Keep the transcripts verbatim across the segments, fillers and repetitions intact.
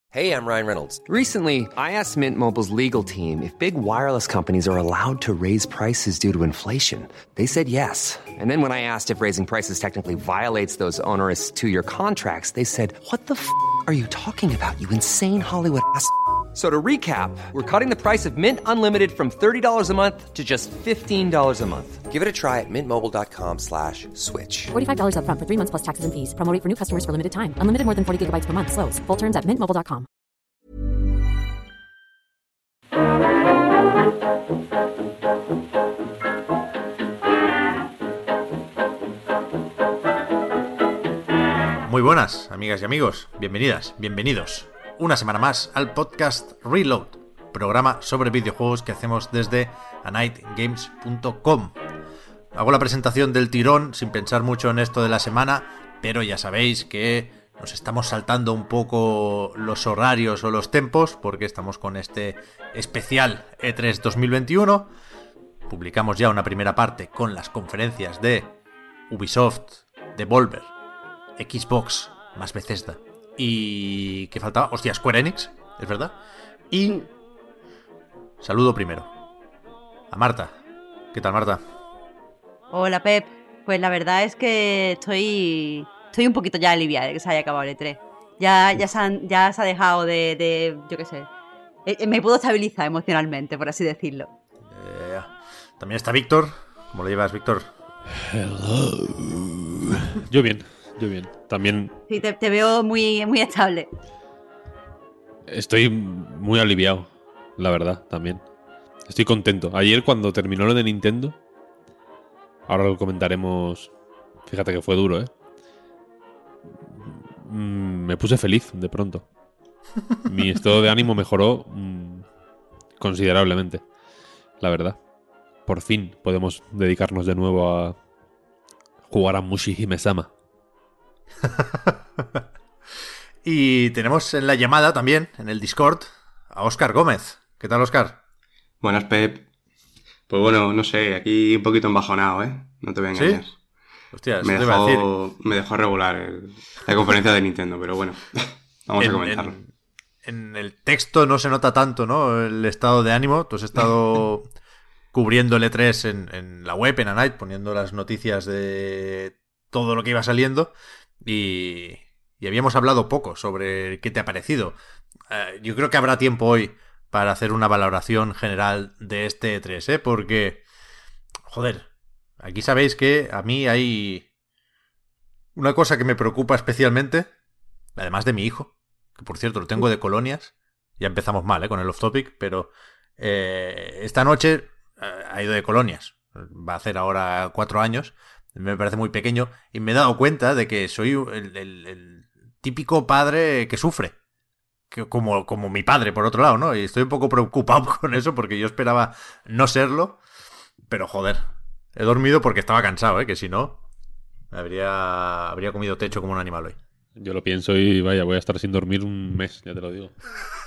Hey, I'm Ryan Reynolds. Recently, I asked Mint Mobile's legal team if big wireless companies are allowed to raise prices due to inflation. They said yes. And then when I asked if raising prices technically violates those onerous two-year contracts, they said, what the f*** are you talking about, you insane Hollywood ass f- So to recap, we're cutting the price of Mint Unlimited from thirty dollars a month to just fifteen dollars a month. Give it a try at mintmobile.com slash switch. forty-five dollars up front for three months plus taxes and fees. Promo rate for new customers for limited time. Unlimited more than forty gigabytes per month. Slows full terms at mint mobile dot com. Muy buenas, amigas y amigos. Bienvenidas, bienvenidos una semana más al podcast Reload, programa sobre videojuegos que hacemos desde a night games punto com. Hago la presentación del tirón sin pensar mucho en esto de la semana, pero ya sabéis que nos estamos saltando un poco los horarios o los tempos porque estamos con este especial E tres dos mil veintiuno. Publicamos ya una primera parte con las conferencias de Ubisoft, Devolver, Xbox, más Bethesda y... ¿qué faltaba? Hostia, Square Enix, es verdad. Y... saludo primero a Marta. ¿Qué tal, Marta? Hola, Pep. Pues la verdad es que estoy estoy un poquito ya aliviada de que se haya acabado el E tres. Ya, ya, se, han, ya se ha dejado de, de yo qué sé, eh, me puedo estabilizar emocionalmente, por así decirlo. Eh, también está Víctor. ¿Cómo lo llevas, Víctor? Hello. Yo bien, yo bien. También Sí, te, te veo muy, muy estable. estoy muy aliviado, la verdad, también. Estoy contento. Ayer cuando terminó lo de Nintendo, ahora lo comentaremos, fíjate que fue duro, ¿eh? Mm, me puse feliz de pronto. Mi estado de ánimo mejoró mm, considerablemente, la verdad. Por fin podemos dedicarnos de nuevo a jugar a Mushihime-sama. Y tenemos en la llamada también, en el Discord, a Óscar Gómez. ¿Qué tal, Óscar? Buenas, Pep. Pues bueno, no sé, aquí un poquito embajonado, ¿eh? No te voy a engañar. ¿Sí? Hostia, eso me, te iba a decir. dejó, me dejó regular el- la conferencia de Nintendo, pero bueno, vamos En, a comentarlo. en- en el texto no se nota tanto, ¿no? El estado de ánimo. Tú has estado cubriendo el E tres en, en la web, en A Night, poniendo las noticias de todo lo que iba saliendo. Y, y habíamos hablado poco sobre qué te ha parecido. Eh, yo creo que habrá tiempo hoy para hacer una valoración general de este E tres, ¿eh? Porque, joder, aquí sabéis que a mí hay una cosa que me preocupa especialmente, además de mi hijo, que por cierto lo tengo de colonias. Ya empezamos mal, ¿eh? Con el off topic, pero eh, esta noche eh, ha ido de colonias. Va a hacer ahora cuatro años. Me parece muy pequeño y me he dado cuenta de que soy el, el- el típico padre que sufre. Que como, como mi padre, por otro lado, ¿no? Y estoy un poco preocupado con eso porque yo esperaba no serlo. Pero joder, he dormido porque estaba cansado, ¿eh? Que si no, habría, habría comido techo como un animal hoy. Yo lo pienso y vaya, voy a estar sin dormir un mes, ya te lo digo.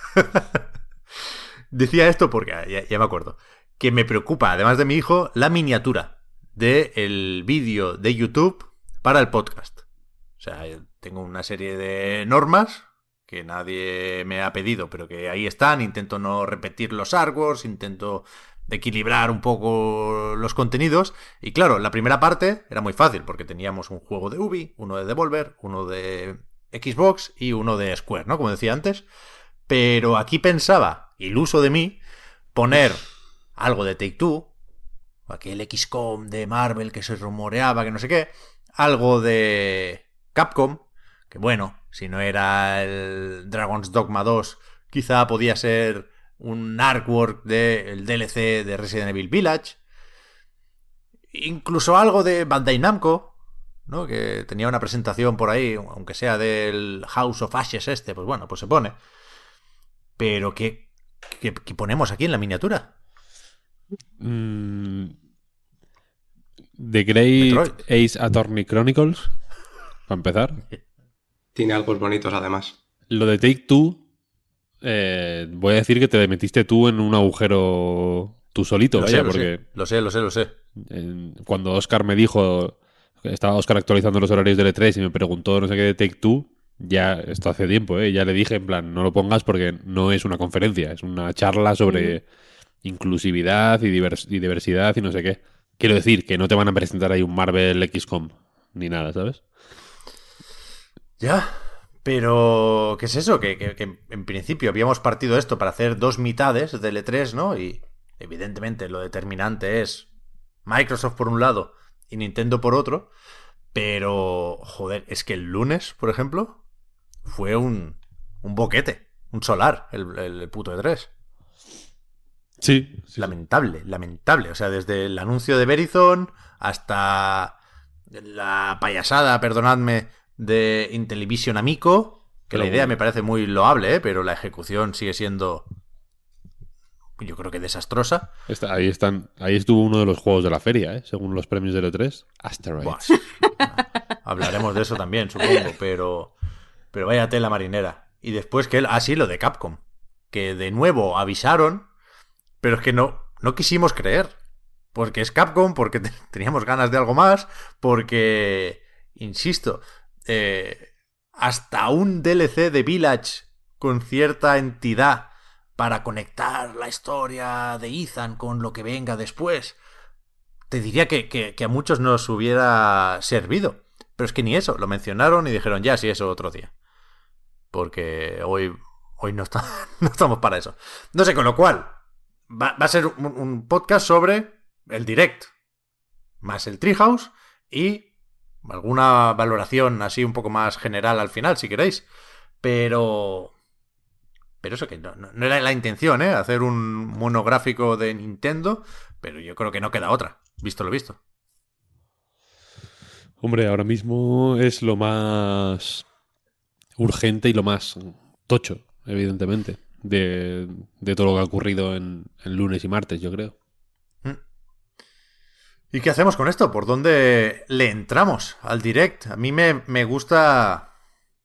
Decía esto porque, ya, ya me acuerdo, que me preocupa, además de mi hijo, la miniatura del vídeo de YouTube para el podcast. O sea, yo tengo una serie de normas que nadie me ha pedido, pero que ahí están. Intento no repetir los artworks, intento equilibrar un poco los contenidos. Y claro, la primera parte era muy fácil, porque teníamos un juego de Ubi, uno de Devolver, uno de Xbox y uno de Square, ¿no? Como decía antes. Pero aquí pensaba, iluso de mí, poner algo de Take-Two, aquel X COM de Marvel que se rumoreaba, que no sé qué, algo de Capcom, que bueno, si no era el Dragon's Dogma dos, quizá podía ser un artwork del D L C de Resident Evil Village, incluso algo de Bandai Namco, ¿no? Que tenía una presentación por ahí, aunque sea del House of Ashes este, pues bueno, pues se pone. Pero ¿qué, qué, qué ponemos aquí en la miniatura? Mm, The Great Metroid. Ace Attorney Chronicles, para empezar. Tiene algo bonitos además. Lo de Take-Two, eh, voy a decir que te metiste tú en un agujero tú solito, Lo vaya, sé, lo porque sé, lo sé, lo sé, lo sé. en- cuando Oscar me dijo, estaba Oscar actualizando los horarios del E tres y me preguntó no sé qué de Take-Two, Ya, esto hace tiempo, ¿eh? Ya le dije, en plan, no lo pongas porque no es una conferencia, es una charla sobre inclusividad y, divers- y diversidad y no sé qué. Quiero decir que no te van a presentar ahí un Marvel equis com ni nada, ¿sabes? Ya, pero ¿qué es eso? Que, que- que en principio habíamos partido esto para hacer dos mitades del E tres, ¿no? Y evidentemente lo determinante es Microsoft por un lado y Nintendo por otro. Pero, joder, es que el lunes, por ejemplo, fue un, un boquete, un solar, el, el puto E tres. Sí, sí, sí. Lamentable, lamentable. O sea, desde el anuncio de Verizon hasta la payasada, perdonadme, de Intellivision Amico, que Pero la idea muy- me parece muy loable, ¿eh? Pero la ejecución sigue siendo, yo creo que desastrosa. Está- ahí están, ahí estuvo uno de los juegos de la feria, ¿eh? Según los premios del E tres, Buah, Asteroids. sí. Hablaremos de eso también, supongo, pero, pero vaya tela marinera. Y después que él, ah, sí, lo de Capcom, que de nuevo avisaron, pero es que no, no quisimos creer. Porque es Capcom, porque te- teníamos ganas de algo más, porque, insisto, eh, hasta un D L C de Village con cierta entidad para conectar la historia de Ethan con lo que venga después, te diría que, que, que a muchos nos hubiera servido. Pero es que ni eso, lo mencionaron y dijeron, ya, sí, eso otro día. Porque hoy, hoy no, está, no estamos para eso. No sé, con lo cual, va, va a ser un, un podcast sobre el Direct, más el Treehouse y alguna valoración así un poco más general al final, si queréis. Pero... Pero eso que no, no, no era la intención, ¿eh? Hacer un monográfico de Nintendo, pero yo creo que no queda otra, visto lo visto. Hombre, ahora mismo es lo más urgente y lo más tocho, evidentemente, de, de todo lo que ha ocurrido en, en lunes y martes, yo creo. ¿Y qué hacemos con esto? ¿Por dónde le entramos al Direct? A mí me, me gusta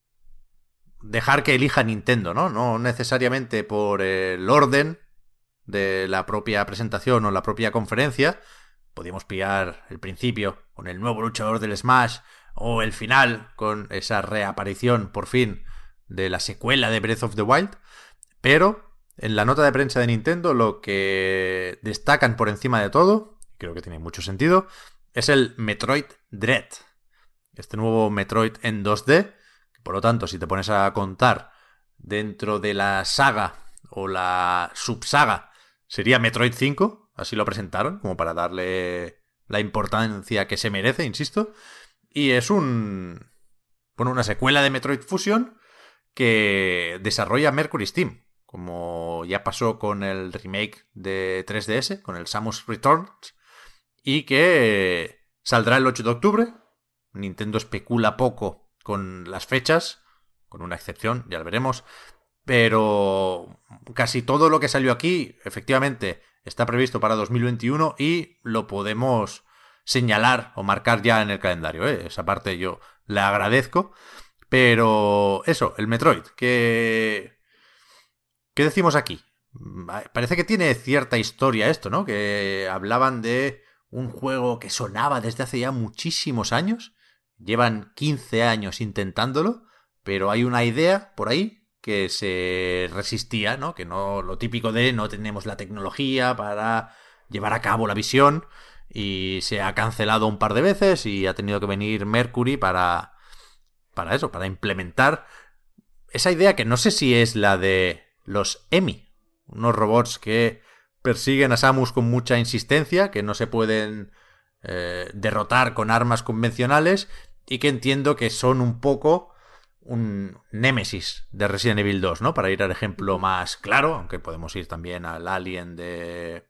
dejar que elija Nintendo, ¿no? No necesariamente por el orden de la propia presentación o la propia conferencia. Podíamos pillar el principio con el nuevo luchador del Smash o el final con esa reaparición por fin de la secuela de Breath of the Wild. Pero en la nota de prensa de Nintendo lo que destacan por encima de todo, creo que tiene mucho sentido, es el Metroid Dread. Este nuevo Metroid en dos D. Por lo tanto, si te pones a contar dentro de la saga o la subsaga, sería Metroid cinco. Así lo presentaron, como para darle la importancia que se merece, insisto. Y es un... Bueno, una secuela de Metroid Fusion que desarrolla Mercury Steam, como ya pasó con el remake de tres D S, con el Samus Returns, y que saldrá el ocho de octubre. Nintendo especula poco con las fechas, con una excepción, ya lo veremos, pero casi todo lo que salió aquí, efectivamente, está previsto para dos mil veintiuno y lo podemos señalar o marcar ya en el calendario, ¿eh? Esa parte yo la agradezco. Pero eso, el Metroid, ¿qué, ¿qué decimos aquí? Parece que tiene cierta historia esto, ¿no? Que hablaban de un juego que sonaba desde hace ya muchísimos años. Llevan quince años intentándolo, pero hay una idea por ahí que se resistía, ¿no? Que no, lo típico de no tenemos la tecnología para llevar a cabo la visión y se ha cancelado un par de veces y ha tenido que venir Mercury para para eso, para implementar esa idea que no sé si es la de los Emi, unos robots que persiguen a Samus con mucha insistencia, que no se pueden eh, derrotar con armas convencionales y que entiendo que son un poco un némesis de Resident Evil dos, ¿no? Para ir al ejemplo más claro, aunque podemos ir también al Alien de...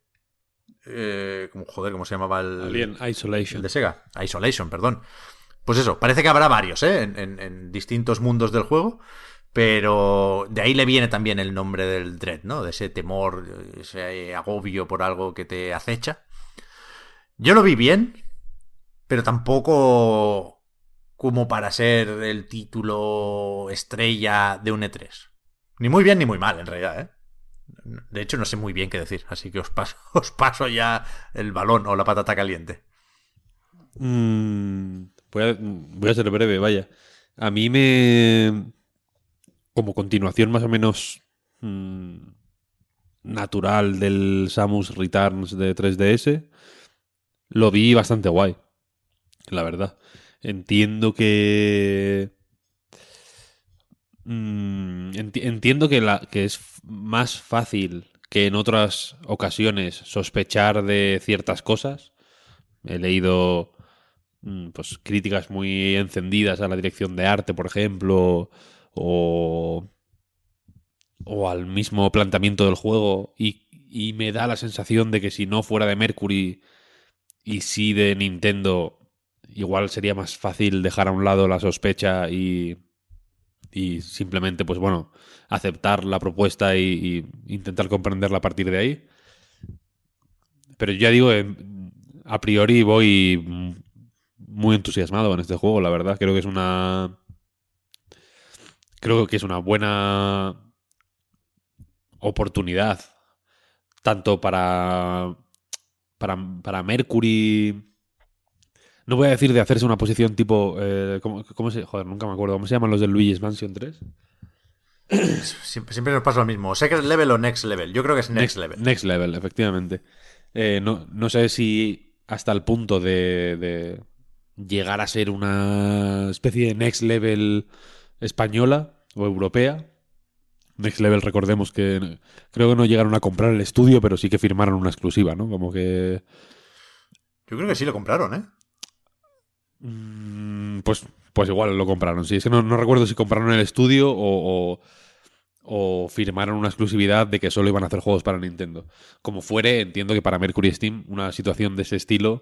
Eh, joder, ¿cómo se llamaba el... Alien Isolation. El de Sega. Isolation, perdón. Pues eso, parece que habrá varios, ¿eh? En, en, en distintos mundos del juego, pero de ahí le viene también el nombre del Dread, ¿no? De ese temor, ese agobio por algo que te acecha. Yo lo vi bien, pero tampoco como para ser el título estrella de un E tres. Ni muy bien ni muy mal, en realidad, ¿eh? De hecho, no sé muy bien qué decir, así que os paso, os paso ya el balón o la patata caliente. Mm, voy, a, voy a ser breve, vaya. A mí me... Como continuación más o menos mmm, natural del Samus Returns de tres D S, lo vi bastante guay, la verdad. Entiendo que... mmm, enti- entiendo que, la, que es f- más fácil que en otras ocasiones sospechar de ciertas cosas. He leído mm, pues críticas muy encendidas a la dirección de arte, por ejemplo, o, o al mismo planteamiento del juego, y, y me da la sensación de que si no fuera de Mercury y sí de Nintendo, igual sería más fácil dejar a un lado la sospecha y, y simplemente, pues bueno, aceptar la propuesta y, y intentar comprenderla a partir de ahí. Pero ya digo, eh, a priori voy muy entusiasmado con este juego, la verdad. Creo que es una. Creo que es una buena oportunidad. Tanto para. Para, para Mercury. No voy a decir de hacerse una posición tipo. Eh, ¿cómo, cómo se, joder, nunca me acuerdo. ¿Cómo se llaman los del Luigi's Mansion tres? Siempre, siempre nos pasa lo mismo. Secret Level o Next Level. Yo creo que es Next Next, Level. Next Level, efectivamente. Eh, no, no sé si hasta el punto de, de llegar a ser una especie de Next Level española o europea. Next Level, recordemos que creo que no llegaron a comprar el estudio, pero sí que firmaron una exclusiva, ¿no? Como que... Yo creo que sí lo compraron, ¿eh? mm, pues, pues igual lo compraron, sí. Es que no, no recuerdo si compraron el estudio o, o, o firmaron una exclusividad de que solo iban a hacer juegos para Nintendo. Como fuere, entiendo que para Mercury Steam una situación de ese estilo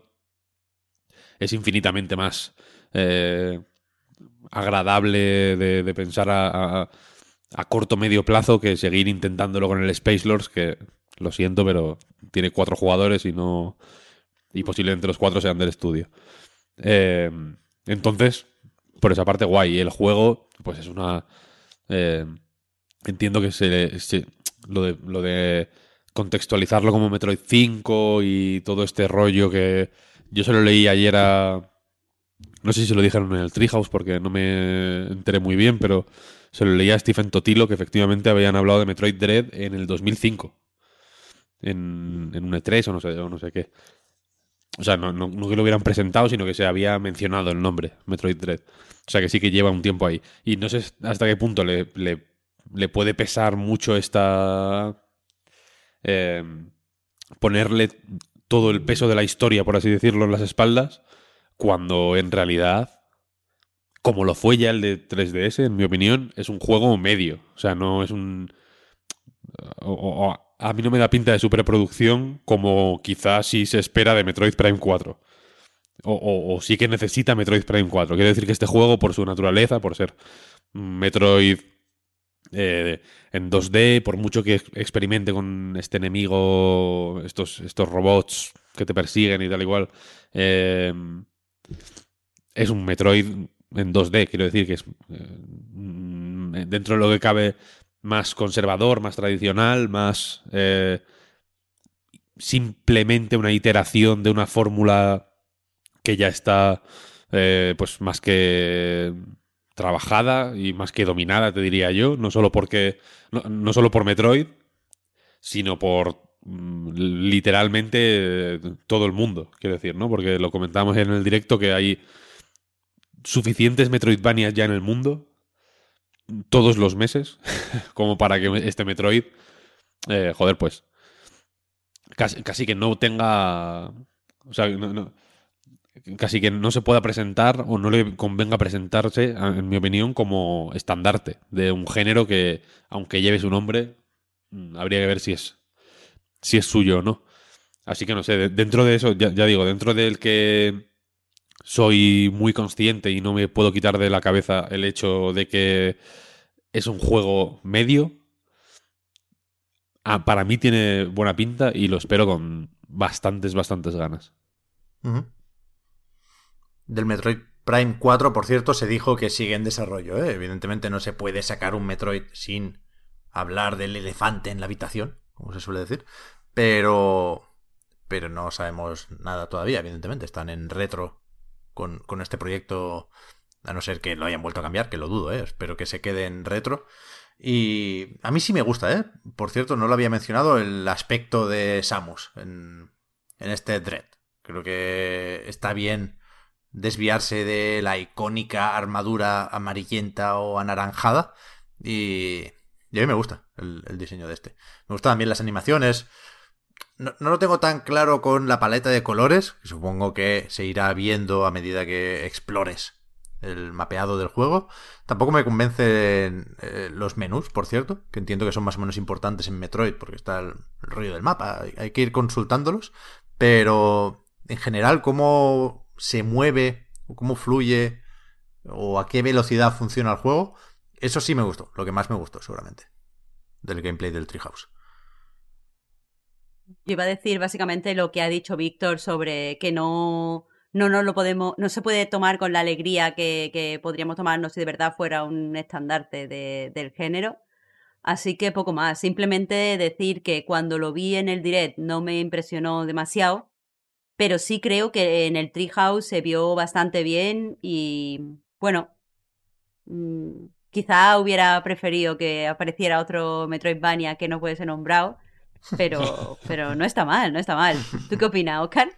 es infinitamente más eh, agradable de, de pensar a, a, a corto medio plazo que seguir intentándolo con el Space Lords, que lo siento, pero tiene cuatro jugadores y no y posiblemente los cuatro sean del estudio. Eh, entonces, por esa parte, guay. Y el juego, pues es una... eh, entiendo que se, se- lo, de, lo de contextualizarlo como Metroid cinco y todo este rollo que yo se lo leí ayer a... No sé si se lo dijeron en el Treehouse porque no me enteré muy bien, pero se lo leí a Stephen Totilo que efectivamente habían hablado de Metroid Dread en el dos mil cinco. En, en un E tres o no sé, o no sé qué. O sea, no, no, no que lo hubieran presentado, sino que se había mencionado el nombre, Metroid Dread. O sea, que sí que lleva un tiempo ahí. Y no sé hasta qué punto le, le, le puede pesar mucho esta... eh, ponerle todo el peso de la historia, por así decirlo, en las espaldas, cuando en realidad, como lo fue ya el de tres D S, en mi opinión, es un juego medio. O sea, no es un... o- o- o- a mí no me da pinta de superproducción como quizás sí se espera de Metroid Prime cuatro. O, o- o sí que necesita Metroid Prime cuatro. Quiero decir que este juego, por su naturaleza, por ser Metroid eh, en dos D, por mucho que ex- experimente con este enemigo, estos, estos robots que te persiguen y tal igual, eh, es un Metroid en dos D. Quiero decir que es eh, mm, dentro de lo que cabe más conservador, más tradicional, más eh, simplemente una iteración de una fórmula que ya está eh, pues más que trabajada y más que dominada, te diría yo, no solo porque no, no solo por Metroid, sino por mm, literalmente eh, todo el mundo, quiero decir, ¿no? Porque lo comentamos en el directo que hay suficientes Metroidvanias ya en el mundo todos los meses como para que este Metroid eh, joder, pues casi, casi que no tenga o sea, no, no- casi que no se pueda presentar o no le convenga presentarse, en mi opinión, como estandarte de un género que, aunque lleve su nombre, mm, habría que ver si es, si es suyo o no. Así que no sé, de- dentro de eso, ya, ya digo, dentro del que soy muy consciente y no me puedo quitar de la cabeza el hecho de que es un juego medio, ah, para mí tiene buena pinta y lo espero con bastantes, bastantes ganas. Ujú. Del Metroid Prime cuatro, por cierto, se dijo que sigue en desarrollo, ¿eh? Evidentemente no se puede sacar un Metroid sin hablar del elefante en la habitación, como se suele decir. Pero... Pero no sabemos nada todavía, evidentemente. Están en retro con, con este proyecto A no ser que lo hayan vuelto a cambiar, que lo dudo, ¿eh? Espero que se quede en retro. Y a mí sí me gusta, ¿eh? Por cierto, no lo había mencionado, el aspecto de Samus en, en este Dread. Creo que está bien desviarse de la icónica armadura amarillenta o anaranjada. Y, y a mí me gusta el, el diseño de este. Me gustan también las animaciones. No, no lo tengo tan claro con la paleta de colores, que supongo que se irá viendo a medida que explores el mapeado del juego. Tampoco me convencen eh, los menús, por cierto, que entiendo que son más o menos importantes en Metroid, porque está el, el rollo del mapa, hay, hay que ir consultándolos, pero en general cómo se mueve, o cómo fluye, o a qué velocidad funciona el juego, eso sí me gustó, lo que más me gustó seguramente, del gameplay del Treehouse. Yo iba a decir básicamente lo que ha dicho Víctor sobre que no, no nos lo podemos, no se puede tomar con la alegría que, que podríamos tomarnos si de verdad fuera un estandarte de, del género. Así que poco más. Simplemente decir que cuando lo vi en el direct no me impresionó demasiado, pero sí creo que en el Treehouse se vio bastante bien y bueno, mmm, quizá hubiera preferido que apareciera otro Metroidvania que no fuese nombrado. Pero, pero no está mal, no está mal. ¿Tú qué opinas, Oscar?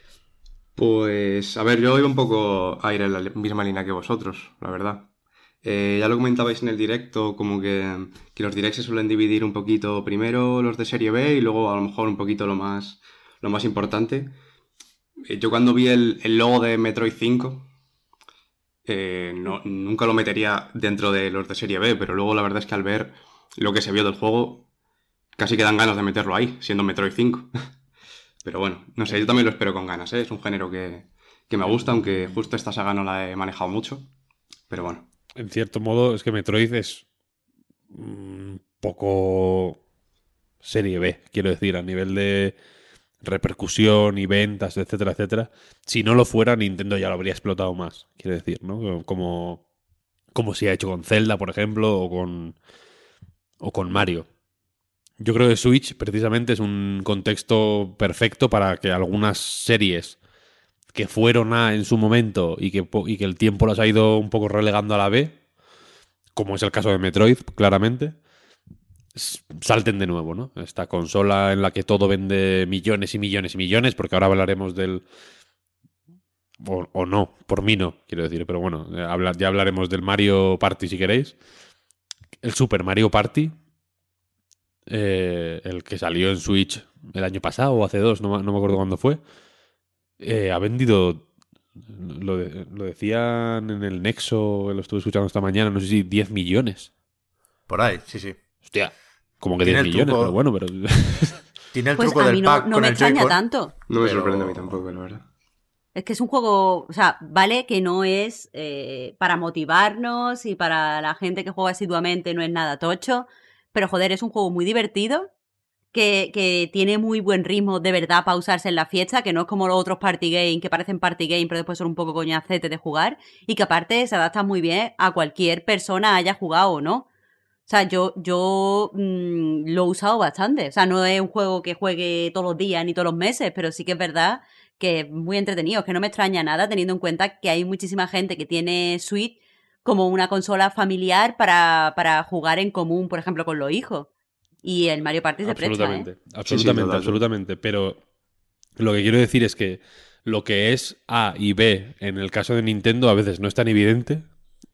Pues, a ver, yo iba un poco a ir en la misma línea que vosotros, la verdad. Eh, ya lo comentabais en el directo, como que, que los directs se suelen dividir un poquito primero los de serie B y luego a lo mejor un poquito lo más, lo más importante. Eh, yo cuando vi el, el logo de Metroid cinco, eh, no, nunca lo metería dentro de los de serie B, pero luego la verdad es que al ver lo que se vio del juego, casi que dan ganas de meterlo ahí, siendo Metroid cinco. Pero bueno, no sé, yo también lo espero con ganas, ¿eh? Es un género que, que me gusta, aunque justo esta saga no la he manejado mucho. Pero bueno. En cierto modo, es que Metroid es un poco serie B, quiero decir, a nivel de repercusión y ventas, etcétera, etcétera. Si no lo fuera, Nintendo ya lo habría explotado más, quiero decir, ¿no? Como, como si ha hecho con Zelda, por ejemplo, o con, o con Mario. Yo creo que Switch precisamente es un contexto perfecto para que algunas series que fueron A en su momento y que, y que el tiempo las ha ido un poco relegando a la B, como es el caso de Metroid, claramente, salten de nuevo, ¿no? Esta consola en la que todo vende millones y millones y millones, porque ahora hablaremos del... O, o no, por mí no, quiero decir, pero bueno, ya hablaremos del Mario Party si queréis. El Super Mario Party... Eh, el que salió en Switch el año pasado o hace dos, no, no me acuerdo cuándo fue, eh, ha vendido, lo, de, lo decían en el Nexo, lo estuve escuchando esta mañana, no sé si diez millones. Por ahí, sí, sí. Hostia, como que diez millones, truco, pero bueno, pero... Tiene el pues truco a del mí no, pack no con me el extraña Joy-Con, tanto. No me pero... sorprende a mí tampoco, la verdad. Es que es un juego, o sea, vale que no es eh, para motivarnos y para la gente que juega asiduamente no es nada tocho, pero joder, es un juego muy divertido, que, que tiene muy buen ritmo de verdad para usarse en la fiesta, que no es como los otros party game que parecen party game pero después son un poco coñacete de jugar, y que aparte se adapta muy bien a cualquier persona haya jugado o no. O sea, yo, yo mmm, lo he usado bastante. O sea, no es un juego que juegue todos los días ni todos los meses, pero sí que es verdad que es muy entretenido. Es que no me extraña nada teniendo en cuenta que hay muchísima gente que tiene Switch como una consola familiar para, para jugar en común, por ejemplo, con los hijos. Y el Mario Party se presta, ¿eh? Absolutamente, absolutamente, sí, sí, total, absolutamente. Pero lo que quiero decir es que lo que es A y B en el caso de Nintendo a veces no es tan evidente.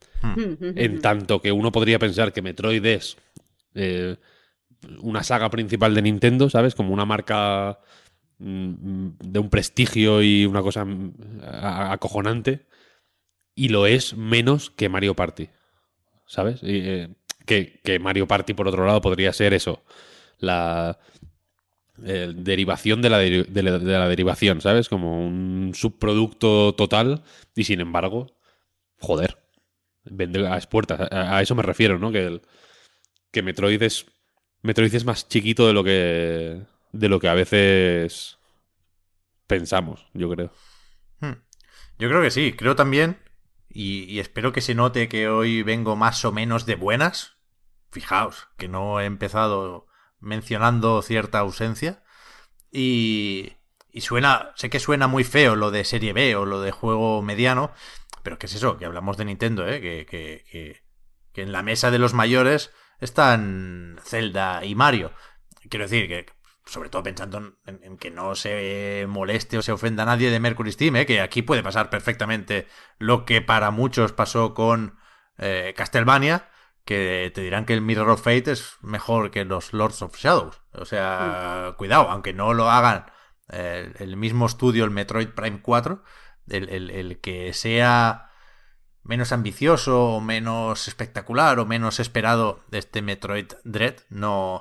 En tanto que uno podría pensar que Metroid es eh, una saga principal de Nintendo, ¿sabes? Como una marca mm, de un prestigio y una cosa mm, acojonante. Y lo es menos que Mario Party, ¿sabes? Y, eh, que, que Mario Party, por otro lado, podría ser eso. La eh, derivación de la, de, de, la, de la derivación, ¿sabes? Como un subproducto total. Y sin embargo, joder, vende a expuertas. A, a eso me refiero, ¿no? Que, el, que Metroid es Metroid es más chiquito de lo que de lo que a veces pensamos, yo creo. Hmm. Yo creo que sí, creo también, y, y espero que se note que hoy vengo más o menos de buenas. Fijaos, que no he empezado mencionando cierta ausencia. Y, y suena, sé que suena muy feo lo de serie B o lo de juego mediano, Pero ¿qué es eso? Que hablamos de Nintendo, ¿eh? Que, que, que, que en la mesa de los mayores están Zelda y Mario. Quiero decir que, sobre todo pensando en, en que no se moleste o se ofenda a nadie de Mercury Steam, ¿eh? Que aquí puede pasar perfectamente lo que para muchos pasó con eh, Castlevania, que te dirán que el Mirror of Fate es mejor que los Lords of Shadows. O sea, mm. cuidado, aunque no lo hagan eh, el mismo estudio, el Metroid Prime cuatro, el, el, el que sea menos ambicioso o menos espectacular o menos esperado de este Metroid Dread no,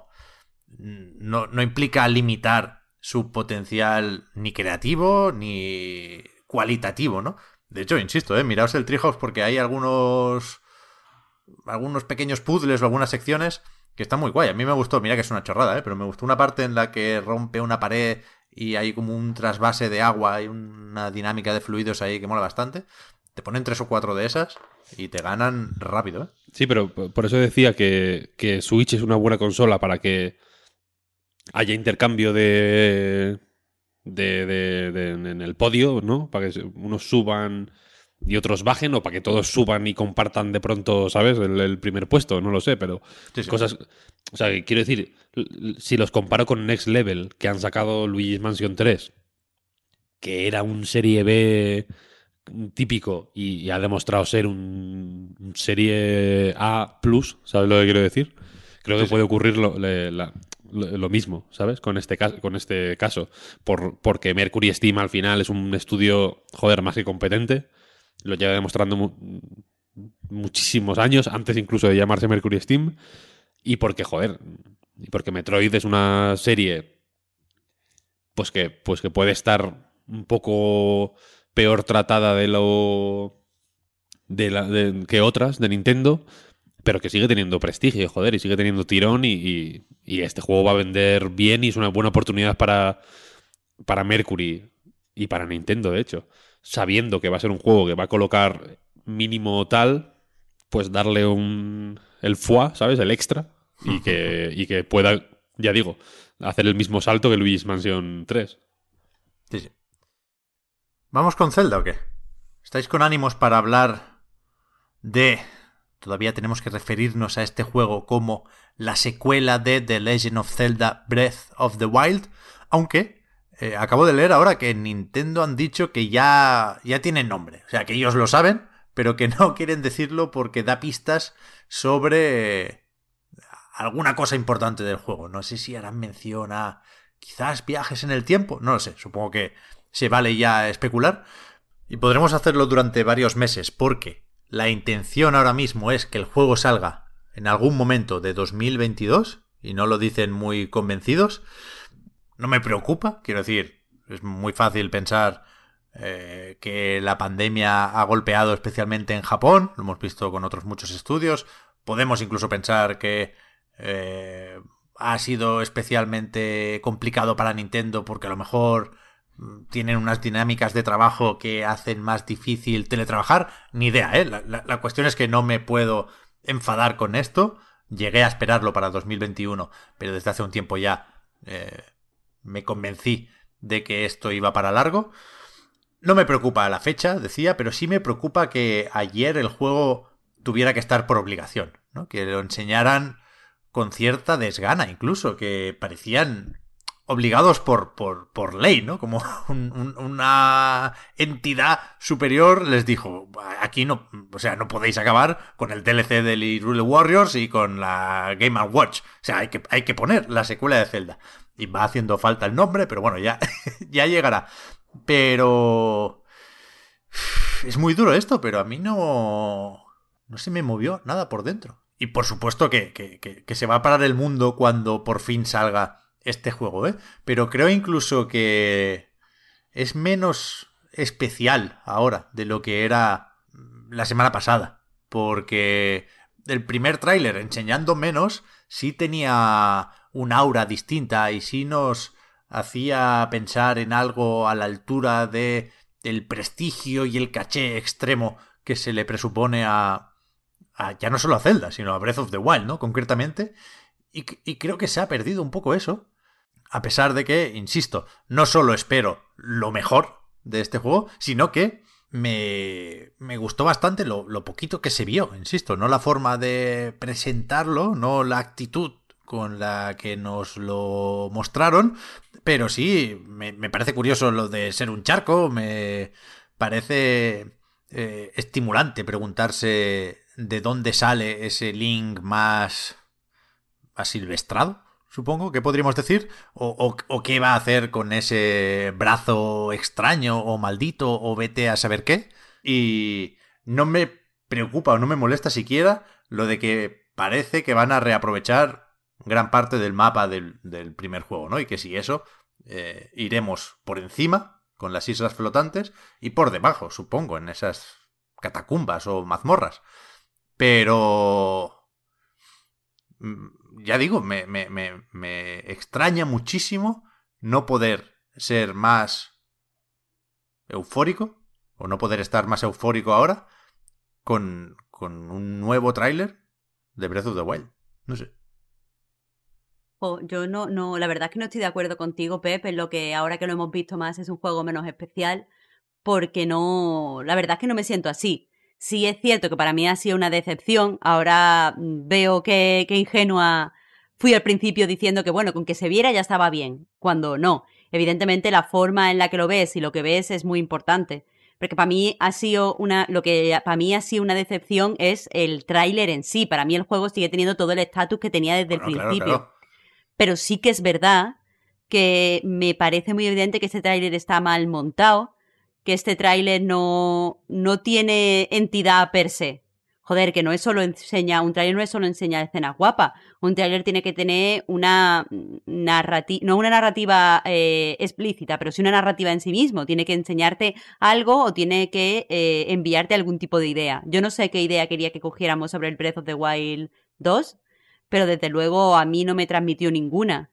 no, no implica limitar su potencial ni creativo ni cualitativo, ¿no? De hecho, insisto, eh, miraos el Treehouse porque hay algunos algunos pequeños puzzles o algunas secciones que están muy guay. A mí me gustó, mira que es una chorrada, ¿eh? Pero me gustó una parte en la que rompe una pared y hay como un trasvase de agua y una dinámica de fluidos ahí que mola bastante. Te ponen tres o cuatro de esas y te ganan rápido, ¿eh? Sí, pero por eso decía que, que Switch es una buena consola para que haya intercambio de, de, de, de en el podio, ¿no? Para que unos suban y otros bajen, o para que todos suban y compartan de pronto, ¿sabes? El, el primer puesto, no lo sé, pero sí, sí. Cosas... O sea, quiero decir, si los comparo con Next Level, que han sacado Luigi's Mansion tres, que era un serie B típico y, y ha demostrado ser un, un serie A plus, ¿sabes lo que quiero decir? Creo que sí, puede sí. ocurrir lo, le, la, lo, lo mismo, ¿sabes? Con este caso, con este caso. Por, porque Mercury Steam al final es un estudio, joder, más que competente. Lo lleva demostrando mu muchísimos años, antes incluso de llamarse Mercury Steam. Y porque, joder, y porque Metroid es una serie pues que, pues que puede estar un poco peor tratada de lo de la, de, que otras de Nintendo, pero que sigue teniendo prestigio, joder, y sigue teniendo tirón y, y, y este juego va a vender bien y es una buena oportunidad para, para Mercury y para Nintendo, de hecho. Sabiendo que va a ser un juego que va a colocar mínimo tal, pues darle un el foie, ¿sabes? El extra, y que, y que pueda, ya digo, hacer el mismo salto que Luigi's Mansion tres. Sí, sí. ¿Vamos con Zelda o qué? ¿Estáis con ánimos para hablar de... Todavía tenemos que referirnos a este juego como la secuela de The Legend of Zelda Breath of the Wild? Aunque... Eh, acabo de leer ahora que en Nintendo han dicho que ya, ya tienen nombre. O sea, que ellos lo saben, pero que no quieren decirlo porque da pistas sobre alguna cosa importante del juego. No sé si harán mención a quizás viajes en el tiempo. No lo sé, supongo que se vale ya especular. Y podremos hacerlo durante varios meses porque la intención ahora mismo es que el juego salga en algún momento de dos mil veintidós y no lo dicen muy convencidos. No me preocupa, quiero decir, es muy fácil pensar eh, que la pandemia ha golpeado especialmente en Japón, lo hemos visto con otros muchos estudios, podemos incluso pensar que eh, ha sido especialmente complicado para Nintendo porque a lo mejor tienen unas dinámicas de trabajo que hacen más difícil teletrabajar, ni idea, ¿eh? La, la, la cuestión es que no me puedo enfadar con esto, llegué a esperarlo para dos mil veintiuno, pero desde hace un tiempo ya... Eh, me convencí de que esto iba para largo. No me preocupa la fecha, decía, pero sí me preocupa que ayer el juego tuviera que estar por obligación, ¿no? Que lo enseñaran con cierta desgana, incluso, que parecían obligados por, por, por ley, ¿no? Como un, un, una entidad superior les dijo, aquí no, o sea, no podéis acabar con el D L C de Hyrule Warriors y con la Game and Watch. O sea, hay que, hay que poner la secuela de Zelda. Y va haciendo falta el nombre, pero bueno, ya, ya llegará. Pero... es muy duro esto, pero a mí no... no se me movió nada por dentro. Y por supuesto que, que, que, que se va a parar el mundo cuando por fin salga este juego, ¿eh? Pero creo incluso que es menos especial ahora de lo que era la semana pasada. Porque el primer tráiler, enseñando menos, sí tenía un aura distinta y sí nos hacía pensar en algo a la altura de el prestigio y el caché extremo que se le presupone a, a ya no solo a Zelda, sino a Breath of the Wild, ¿no? Concretamente. Y, y creo que se ha perdido un poco eso. A pesar de que, insisto, no solo espero lo mejor de este juego, sino que me, me gustó bastante lo, lo poquito que se vio, insisto, no la forma de presentarlo, no la actitud con la que nos lo mostraron, pero sí, me, me parece curioso lo de ser un charco, me parece eh, estimulante preguntarse de dónde sale ese Link más asilvestrado, supongo que podríamos decir, o, o, o qué va a hacer con ese brazo extraño o maldito o vete a saber qué. Y no me preocupa o no me molesta siquiera lo de que parece que van a reaprovechar gran parte del mapa del, del primer juego, ¿no? Y que si eso, eh, iremos por encima con las islas flotantes y por debajo, supongo, en esas catacumbas o mazmorras. Pero ya digo, me, me, me, me extraña muchísimo no poder ser más eufórico o no poder estar más eufórico ahora con, con un nuevo tráiler de Breath of the Wild. No sé. Oh, yo no, no, la verdad es que no estoy de acuerdo contigo, Pep, en lo que ahora que lo hemos visto más es un juego menos especial, porque no, la verdad es que no me siento así. Sí es cierto que para mí ha sido una decepción, ahora mm, veo que, que ingenua fui al principio diciendo que bueno, con que se viera ya estaba bien, cuando no. Evidentemente la forma en la que lo ves y lo que ves es muy importante. Porque para mí ha sido una, lo que para mí ha sido una decepción es el tráiler en sí. Para mí el juego sigue teniendo todo el estatus que tenía desde Bueno, el claro, principio. claro. Pero sí que es verdad que me parece muy evidente que este tráiler está mal montado, que este tráiler no, no tiene entidad per se. Joder, que no es solo enseña, un tráiler no es solo enseñar escenas guapas. Un tráiler tiene que tener una narrativa, no una narrativa eh, explícita, pero sí una narrativa en sí mismo. Tiene que enseñarte algo o tiene que eh, enviarte algún tipo de idea. Yo no sé qué idea quería que cogiéramos sobre el Breath of the Wild dos, pero desde luego a mí no me transmitió ninguna.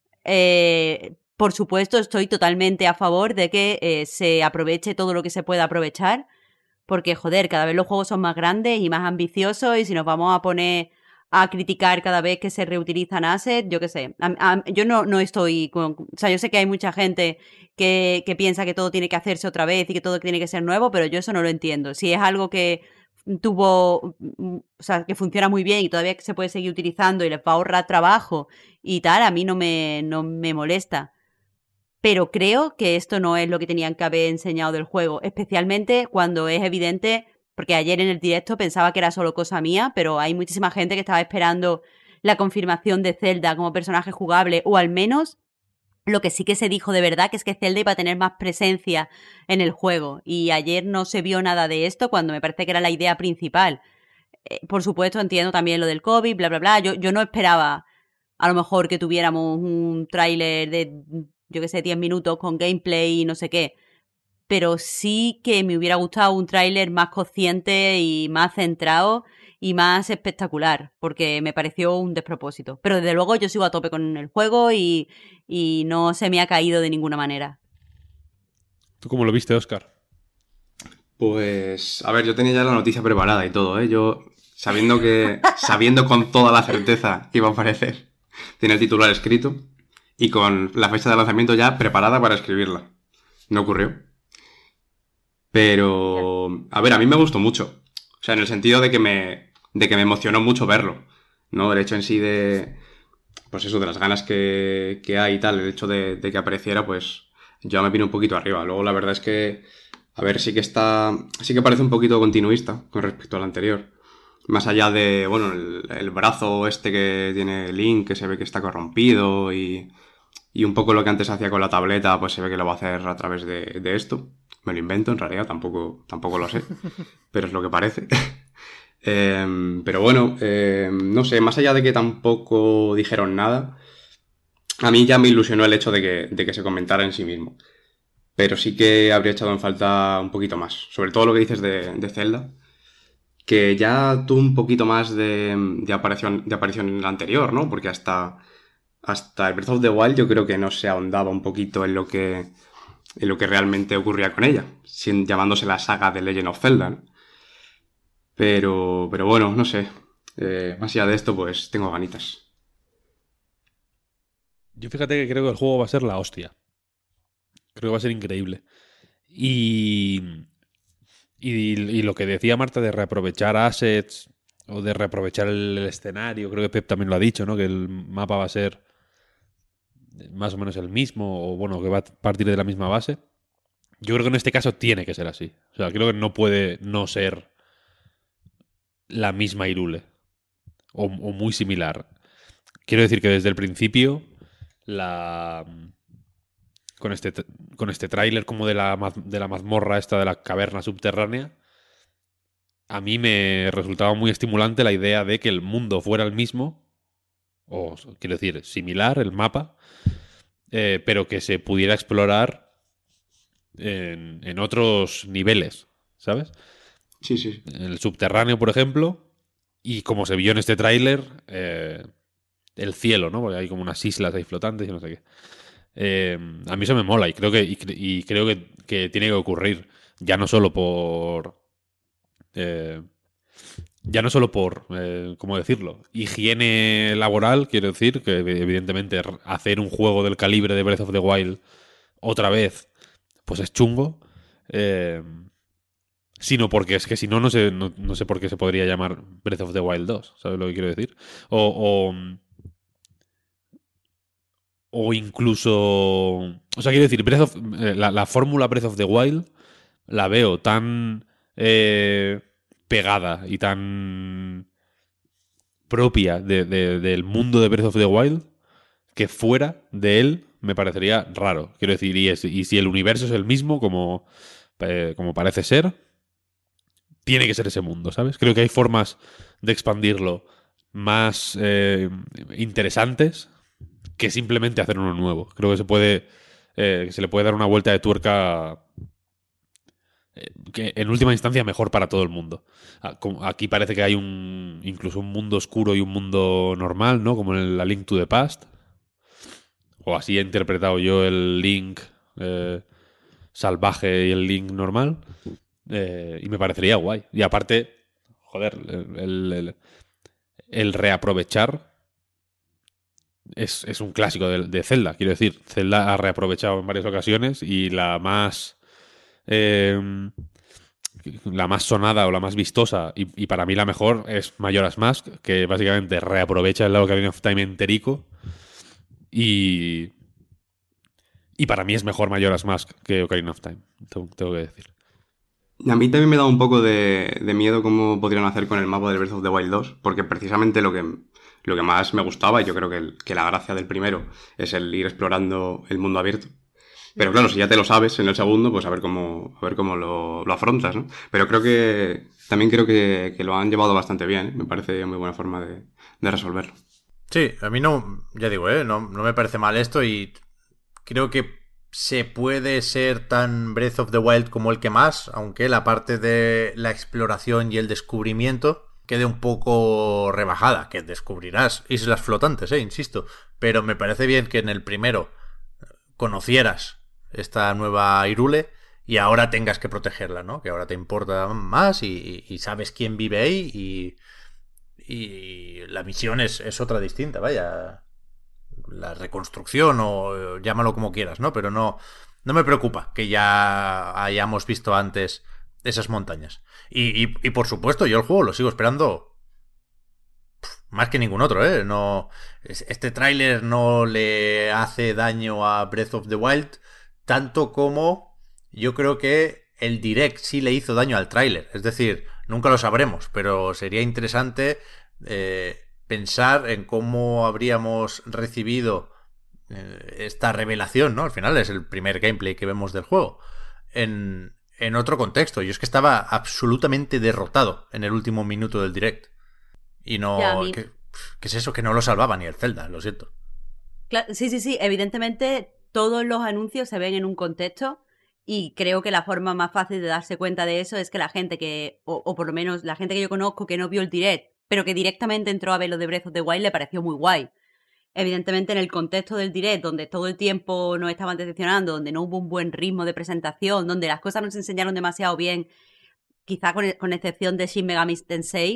Eh, por supuesto, estoy totalmente a favor de que eh, se aproveche todo lo que se pueda aprovechar, porque, joder, cada vez los juegos son más grandes y más ambiciosos, y si nos vamos a poner a criticar cada vez que se reutilizan assets, yo qué sé. A, a, yo no, no estoy con... O sea, yo sé que hay mucha gente que, que piensa que todo tiene que hacerse otra vez y que todo tiene que ser nuevo, pero yo eso no lo entiendo. Si es algo que tuvo, o sea, que funciona muy bien y todavía se puede seguir utilizando y les va a ahorrar trabajo y tal, a mí no me, no me molesta. Pero creo que esto no es lo que tenían que haber enseñado del juego, especialmente cuando es evidente, porque ayer en el directo pensaba que era solo cosa mía, pero hay muchísima gente que estaba esperando la confirmación de Zelda como personaje jugable, o al menos lo que sí que se dijo de verdad, que es que Zelda iba a tener más presencia en el juego. Y ayer no se vio nada de esto cuando me parece que era la idea principal. Eh, por supuesto, entiendo también lo del COVID, bla, bla, bla. Yo, yo no esperaba a lo mejor que tuviéramos un tráiler de, yo qué sé, diez minutos con gameplay y no sé qué. Pero sí que me hubiera gustado un tráiler más consciente y más centrado y más espectacular, porque me pareció un despropósito. Pero desde luego yo sigo a tope con el juego y, y no se me ha caído de ninguna manera. ¿Tú cómo lo viste, Óscar? Pues, a ver, yo tenía ya la noticia preparada y todo, ¿eh? Yo, sabiendo que, sabiendo con toda la certeza que iba a aparecer, tenía el titular escrito y con la fecha de lanzamiento ya preparada para escribirla. No ocurrió. Pero, a ver, a mí me gustó mucho. O sea, en el sentido de que me, de que me emocionó mucho verlo, ¿no? El hecho en sí de, pues eso, de las ganas que, que hay y tal, el hecho de, de que apareciera, pues yo me vine un poquito arriba. Luego la verdad es que, a ver, sí que está, sí que parece un poquito continuista con respecto al anterior. Más allá de, bueno, el, el brazo este que tiene Link, que se ve que está corrompido y, y un poco lo que antes hacía con la tableta, pues se ve que lo va a hacer a través de, de esto. Me lo invento, en realidad, tampoco, tampoco lo sé, pero es lo que parece. eh, pero bueno, eh, no sé, más allá de que tampoco dijeron nada, a mí ya me ilusionó el hecho de que, de que se comentara en sí mismo. Pero sí que habría echado en falta un poquito más. Sobre todo lo que dices de, de Zelda, que ya tuvo un poquito más de, de, aparición, de aparición en el anterior, ¿no? Porque hasta, hasta el Breath of the Wild yo creo que no se ahondaba un poquito en lo que, en lo que realmente ocurría con ella, sin, llamándose la saga de Legend of Zelda, ¿no? Pero, pero bueno, no sé. Eh, más allá de esto, pues tengo ganitas. Yo fíjate que creo que el juego va a ser la hostia. Creo que va a ser increíble. Y Y, y lo que decía Marta de reaprovechar assets o de reaprovechar el, el escenario, creo que Pep también lo ha dicho, ¿no? Que el mapa va a ser más o menos el mismo, o bueno, que va a partir de la misma base. Yo creo que en este caso tiene que ser así. O sea, creo que no puede no ser la misma Hyrule. O, o muy similar. Quiero decir que desde el principio, la con este, con este tráiler como de la, maz- de la mazmorra esta de la caverna subterránea, a mí me resultaba muy estimulante la idea de que el mundo fuera el mismo, o quiero decir, similar, el mapa, eh, pero que se pudiera explorar en, en otros niveles, ¿sabes? Sí, sí. En el subterráneo, por ejemplo, y como se vio en este tráiler, eh, el cielo, ¿no? Porque hay como unas islas ahí flotantes y no sé qué. Eh, a mí eso me mola y creo que, y, cre- y creo que, que tiene que ocurrir. Ya no solo por. eh, ya no solo por, eh, ¿cómo decirlo? Higiene laboral, quiero decir, que evidentemente r- hacer un juego del calibre de Breath of the Wild otra vez, pues es chungo. eh, Sino porque es que si no, no sé, no, no sé por qué se podría llamar Breath of the Wild dos, ¿sabes lo que quiero decir? O, o, o incluso. O sea, quiero decir, Breath of- eh, la, la fórmula Breath of the Wild la veo tan eh, pegada y tan propia de- de- del mundo de Breath of the Wild que fuera de él me parecería raro. Quiero decir, y, es- y si el universo es el mismo, como, eh, como parece ser, tiene que ser ese mundo, ¿sabes? Creo que hay formas de expandirlo más eh, interesantes que simplemente hacer uno nuevo. Creo que se puede, eh, que se le puede dar una vuelta de tuerca eh, que en última instancia mejor para todo el mundo. Ah, como- Aquí parece que hay un incluso un mundo oscuro y un mundo normal, ¿no? Como en la Link to the Past. O así he interpretado yo el Link eh, salvaje y el Link normal. Eh, y me parecería guay. Y aparte, joder, el, el- el reaprovechar es, es un clásico de, de Zelda. Quiero decir, Zelda ha reaprovechado en varias ocasiones y la más. eh, la más sonada o la más vistosa y, y para mí la mejor es Majora's Mask, que básicamente reaprovecha el Ocarina of Time enterico y, y para mí es mejor Majora's Mask que Ocarina of Time, tengo, tengo que decir. Y a mí también me da un poco de, de miedo cómo podrían hacer con el mapa del Breath of the Wild dos, porque precisamente lo que, lo que más me gustaba, y yo creo que, el- que la gracia del primero, es el ir explorando el mundo abierto. Pero claro, si ya te lo sabes en el segundo, pues a ver cómo, a ver cómo lo, lo afrontas, ¿no? Pero creo que también creo que, que lo han llevado bastante bien, ¿eh? Me parece muy buena forma de, de resolverlo. Sí, a mí no, ya digo, ¿eh? No, no me parece mal esto y creo que se puede ser tan Breath of the Wild como el que más, aunque la parte de la exploración y el descubrimiento quede un poco rebajada, que descubrirás islas flotantes, eh, insisto, pero me parece bien que en el primero conocieras esta nueva Irule y ahora tengas que protegerla, ¿no? Que ahora te importa más y, y sabes quién vive ahí y, y la misión es, es otra distinta, vaya, la reconstrucción o llámalo como quieras, ¿no? Pero no, no me preocupa que ya hayamos visto antes esas montañas. Y, y, y por supuesto, yo el juego lo sigo esperando más que ningún otro, ¿eh? No, este tráiler no le hace daño a Breath of the Wild tanto como yo creo que el direct sí le hizo daño al tráiler. Es decir, nunca lo sabremos, pero sería interesante eh, pensar en cómo habríamos recibido eh, esta revelación, ¿no? Al final es el primer gameplay que vemos del juego. En, en otro contexto. Yo es que estaba absolutamente derrotado en el último minuto del direct. Y Ya, a no. mí. ¿Qué, qué es eso? Que no lo salvaba ni el Zelda, lo siento. Cla- sí, sí, sí. Evidentemente, todos los anuncios se ven en un contexto. Y creo que la forma más fácil de darse cuenta de eso es que la gente que, o, o por lo menos la gente que yo conozco que no vio el direct, pero que directamente entró a ver lo de Breath of the Wild, le pareció muy guay. Evidentemente, en el contexto del direct, donde todo el tiempo nos estaban decepcionando, donde no hubo un buen ritmo de presentación, donde las cosas no se enseñaron demasiado bien, quizá con, con excepción de Shin Megami Tensei,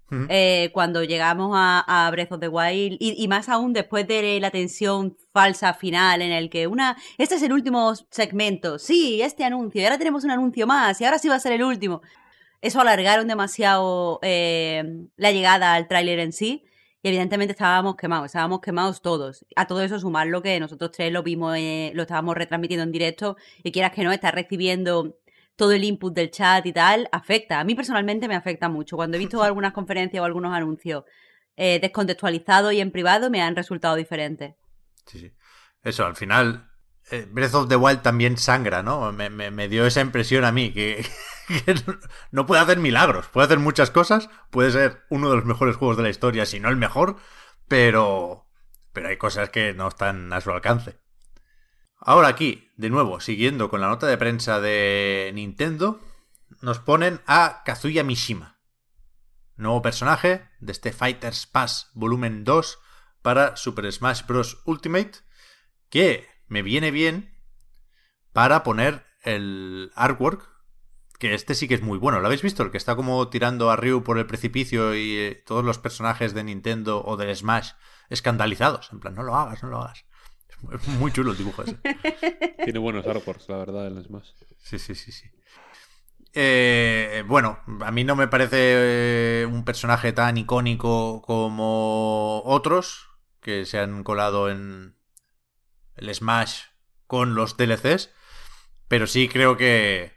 Ujú. eh, cuando llegamos a, a Breath of the Wild y, y más aún después de la tensión falsa final en el que una, este es el último segmento, sí, este anuncio, y ahora tenemos un anuncio más y ahora sí va a ser el último. Eso alargaron demasiado eh, la llegada al tráiler en sí y evidentemente estábamos quemados, estábamos quemados todos. A todo eso sumar lo que nosotros tres lo vimos, eh, lo estábamos retransmitiendo en directo y quieras que no, estar recibiendo todo el input del chat y tal, afecta. A mí personalmente me afecta mucho. Cuando he visto algunas conferencias o algunos anuncios eh, descontextualizados y en privado me han resultado diferentes. Sí, sí. Eso, al final, eh, Breath of the Wild también sangra, ¿no? Me, me, me dio esa impresión a mí, que, que no puede hacer milagros, puede hacer muchas cosas, puede ser uno de los mejores juegos de la historia, si no el mejor, pero, pero hay cosas que no están a su alcance. Ahora aquí, de nuevo, siguiendo con la nota de prensa de Nintendo, nos ponen a Kazuya Mishima, nuevo personaje de este Fighters Pass Volumen dos para Super Smash Bros. Ultimate, que me viene bien para poner el artwork, que este sí que es muy bueno. ¿Lo habéis visto? El que está como tirando a Ryu por el precipicio y eh, todos los personajes de Nintendo o del Smash escandalizados. En plan, no lo hagas, no lo hagas. Es muy chulo el dibujo ese. Tiene buenos artworks, la verdad, el Smash. Sí, sí, sí, sí. Eh, bueno, a mí no me parece eh, un personaje tan icónico como otros que se han colado en el Smash con los D L Cs, pero sí creo que,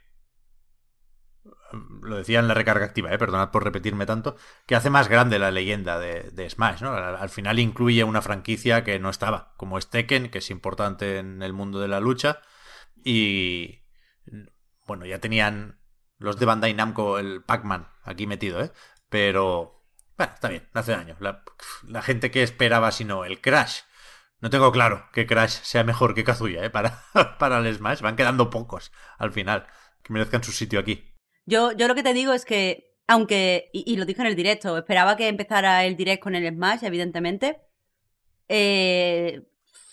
lo decía en la recarga activa, eh, perdonad por repetirme tanto, que hace más grande la leyenda de, de Smash, ¿no? Al, al final incluye una franquicia que no estaba, como es Tekken, que es importante en el mundo de la lucha, y bueno, ya tenían los de Bandai Namco el Pac-Man aquí metido, ¿eh? Pero, bueno, está bien, hace daño. La, la gente que esperaba, si no, el Crash. No tengo claro que Crash sea mejor que Kazuya, ¿eh? Para, para el Smash. Van quedando pocos al final que merezcan su sitio aquí. Yo, yo lo que te digo es que, aunque, y, y lo dije en el directo, esperaba que empezara el direct con el Smash, evidentemente. Eh,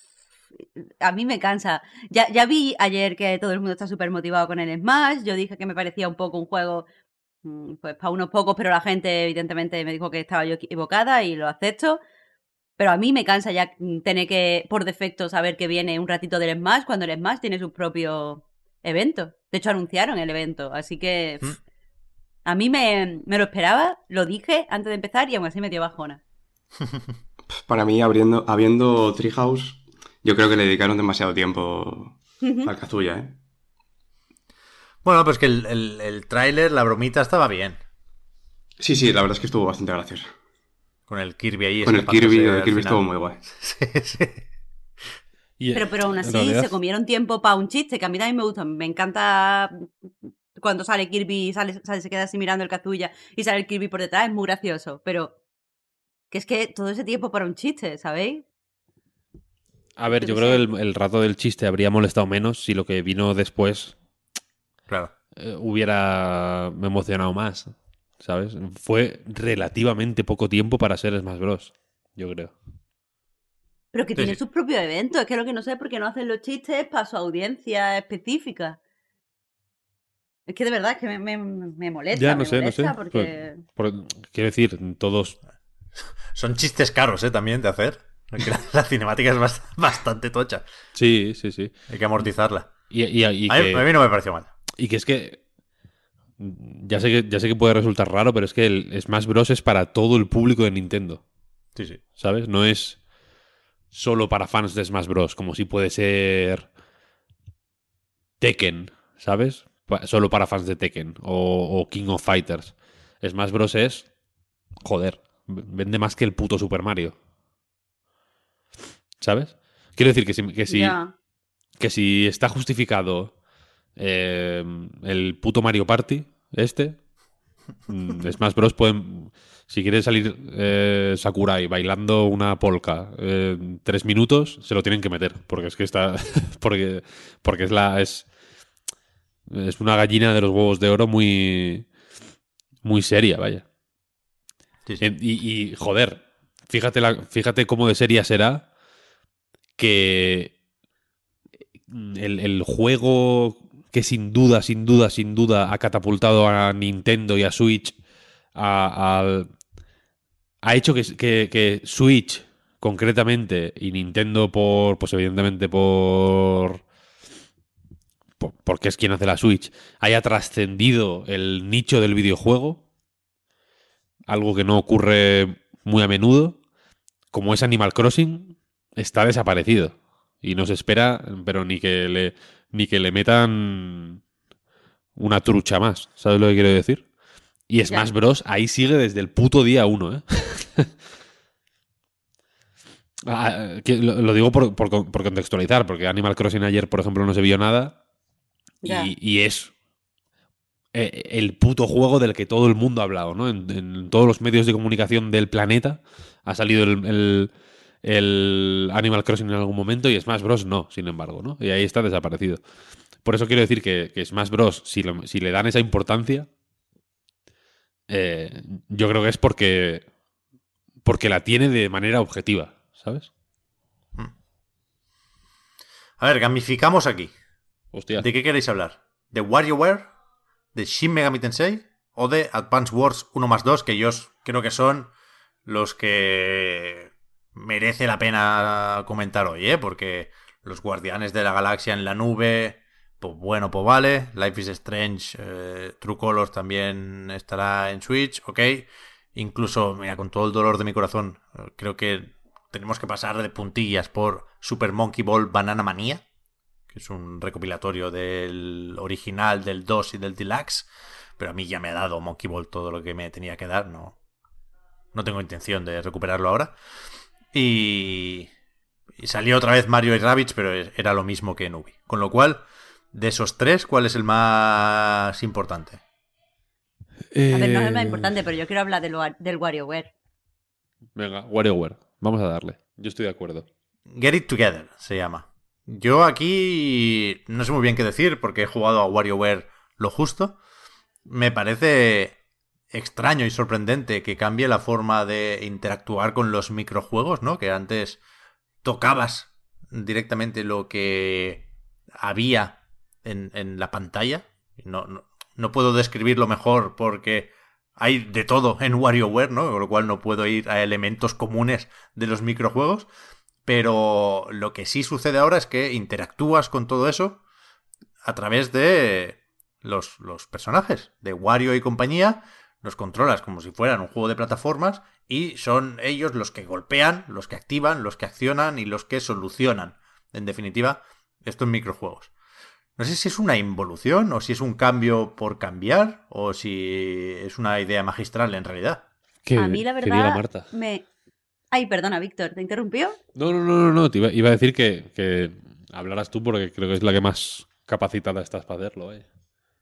a mí me cansa. Ya, ya vi ayer que todo el mundo está súper motivado con el Smash. Yo dije que me parecía un poco un juego, mm, pues para unos pocos, pero la gente evidentemente me dijo que estaba yo equivocada y lo acepto. Pero a mí me cansa ya mm, tener que, por defecto, saber que viene un ratito del Smash cuando el Smash tiene su propio evento. De hecho, anunciaron el evento, así que ¿Mm? pff, a mí me, me lo esperaba, lo dije antes de empezar y aún así me dio bajona. Para mí, abriendo, habiendo Treehouse, yo creo que le dedicaron demasiado tiempo al Kazuya, ¿eh? Bueno, pues que el, el, el tráiler, la bromita estaba bien. Sí, sí, la verdad es que estuvo bastante gracioso. Con el Kirby ahí. Con el escapándose Kirby, el al Kirby final. estuvo muy guay. Sí, sí. Y, Pero, pero aún en así realidad, se comieron tiempo para un chiste, que a mí también me gusta. Me encanta cuando sale Kirby y sale, sale, se queda así mirando el Kazuya y sale el Kirby por detrás, es muy gracioso. Pero que es que todo ese tiempo para un chiste, ¿sabéis? A ver, Yo yo qué creo sé. que el, el rato del chiste habría molestado menos si lo que vino después Claro. eh, hubiera me emocionado más, ¿sabes? Fue relativamente poco tiempo para ser Smash Bros, yo creo. Pero que Sí, tiene sí. sus propios eventos. Es que lo que no sé es por qué no hacen los chistes para su audiencia específica. Es que de verdad es que me, me, me molesta, Ya, no me sé, no sé. molesta porque... Por- por- quiero decir, todos... Son chistes caros, ¿eh? También de hacer. Porque la, la cinemática es bast- bastante tocha. Sí, sí, sí. Hay que amortizarla. Y, y- y A mí, que, a mí no me pareció mal. y que es que... Ya sé que, ya sé que puede resultar raro, pero es que el Smash Bros. Es para todo el público de Nintendo, Sí, sí. ¿sabes? No es solo para fans de Smash Bros. Como si puede ser Tekken, ¿sabes? Pa- solo para fans de Tekken o, o King of Fighters. Smash Bros. Es... Joder, v- vende más que el puto Super Mario. ¿Sabes? Quiero decir que si, que si, Ya. que si está justificado eh, el puto Mario Party, este, mm, Smash Bros. Pueden... Si quiere salir eh, Sakurai bailando una polka eh, tres minutos, se lo tienen que meter. Porque es que está... porque, porque es la... Es, es una gallina de los huevos de oro muy... Muy seria, vaya. Sí, sí. En- y, y, joder, fíjate, la, fíjate cómo de seria será que el, el juego que sin duda, sin duda, sin duda ha catapultado a Nintendo y a Switch a, al- ha hecho que, que, que Switch, concretamente, y Nintendo por, pues evidentemente por, por, porque es quien hace la Switch, haya trascendido el nicho del videojuego, algo que no ocurre muy a menudo, como es Animal Crossing, está desaparecido. Y no se espera, pero ni que le, ni que le metan una trucha más. ¿Sabes lo que quiero decir? Y Smash Ya. Bros. Ahí sigue desde el puto día uno, ¿eh? Ah, que lo, lo digo por, por, por contextualizar, porque Animal Crossing ayer, por ejemplo, no se vio nada. Ya. Y, y es eh, el puto juego del que todo el mundo ha hablado, ¿no? En, en todos los medios de comunicación del planeta ha salido el, el, el Animal Crossing en algún momento y Smash Bros. No, sin embargo, ¿no? Y ahí está desaparecido. Por eso quiero decir que, que Smash Bros., si, lo- si le dan esa importancia, eh, yo creo que es porque, porque la tiene de manera objetiva, ¿sabes? A ver, gamificamos aquí. Hostia. ¿De qué queréis hablar? ¿De WarioWare? ¿De Shin Megami Tensei? ¿O de Advance Wars uno más dos? Que yo creo que son los que merece la pena comentar hoy, ¿eh? Porque los Guardianes de la Galaxia en la nube, pues bueno, pues vale. Life is Strange, eh, True Colors también estará en Switch, ok. Incluso, mira, con todo el dolor de mi corazón, eh, creo que tenemos que pasar de puntillas por Super Monkey Ball Banana Mania, que es un recopilatorio del original, del dos y del Deluxe. Pero a mí ya me ha dado Monkey Ball todo lo que me tenía que dar. No, no tengo intención de recuperarlo ahora. Y, y salió otra vez Mario y Rabbids, pero era lo mismo que Nubi. Con lo cual, de esos tres, ¿cuál es el más importante? A ver, no es el más Eh, importante, pero yo quiero hablar del, wa- del WarioWare. Venga, WarioWare. Vamos a darle. Yo estoy de acuerdo. Get It Together se llama. Yo aquí no sé muy bien qué decir porque he jugado a WarioWare lo justo. Me parece extraño y sorprendente que cambie la forma de interactuar con los microjuegos, ¿no? Que antes tocabas directamente lo que había en, en la pantalla. No, no, no puedo describirlo mejor porque hay de todo en WarioWare, ¿no? Con lo cual no puedo ir a elementos comunes de los microjuegos. Pero lo que sí sucede ahora es que interactúas con todo eso a través de los, los personajes de Wario y compañía. Los controlas como si fueran un juego de plataformas y son ellos los que golpean, los que activan, los que accionan y los que solucionan, en definitiva, estos microjuegos. No sé si es una involución o si es un cambio por cambiar o si es una idea magistral en realidad. Que, A mí, la que diga verdad, Marta. me... Ay, perdona, Víctor, ¿te interrumpió? No, no, no, no, no. Te iba, iba a decir que, que hablaras tú porque creo que es la que más capacitada estás para hacerlo, eh.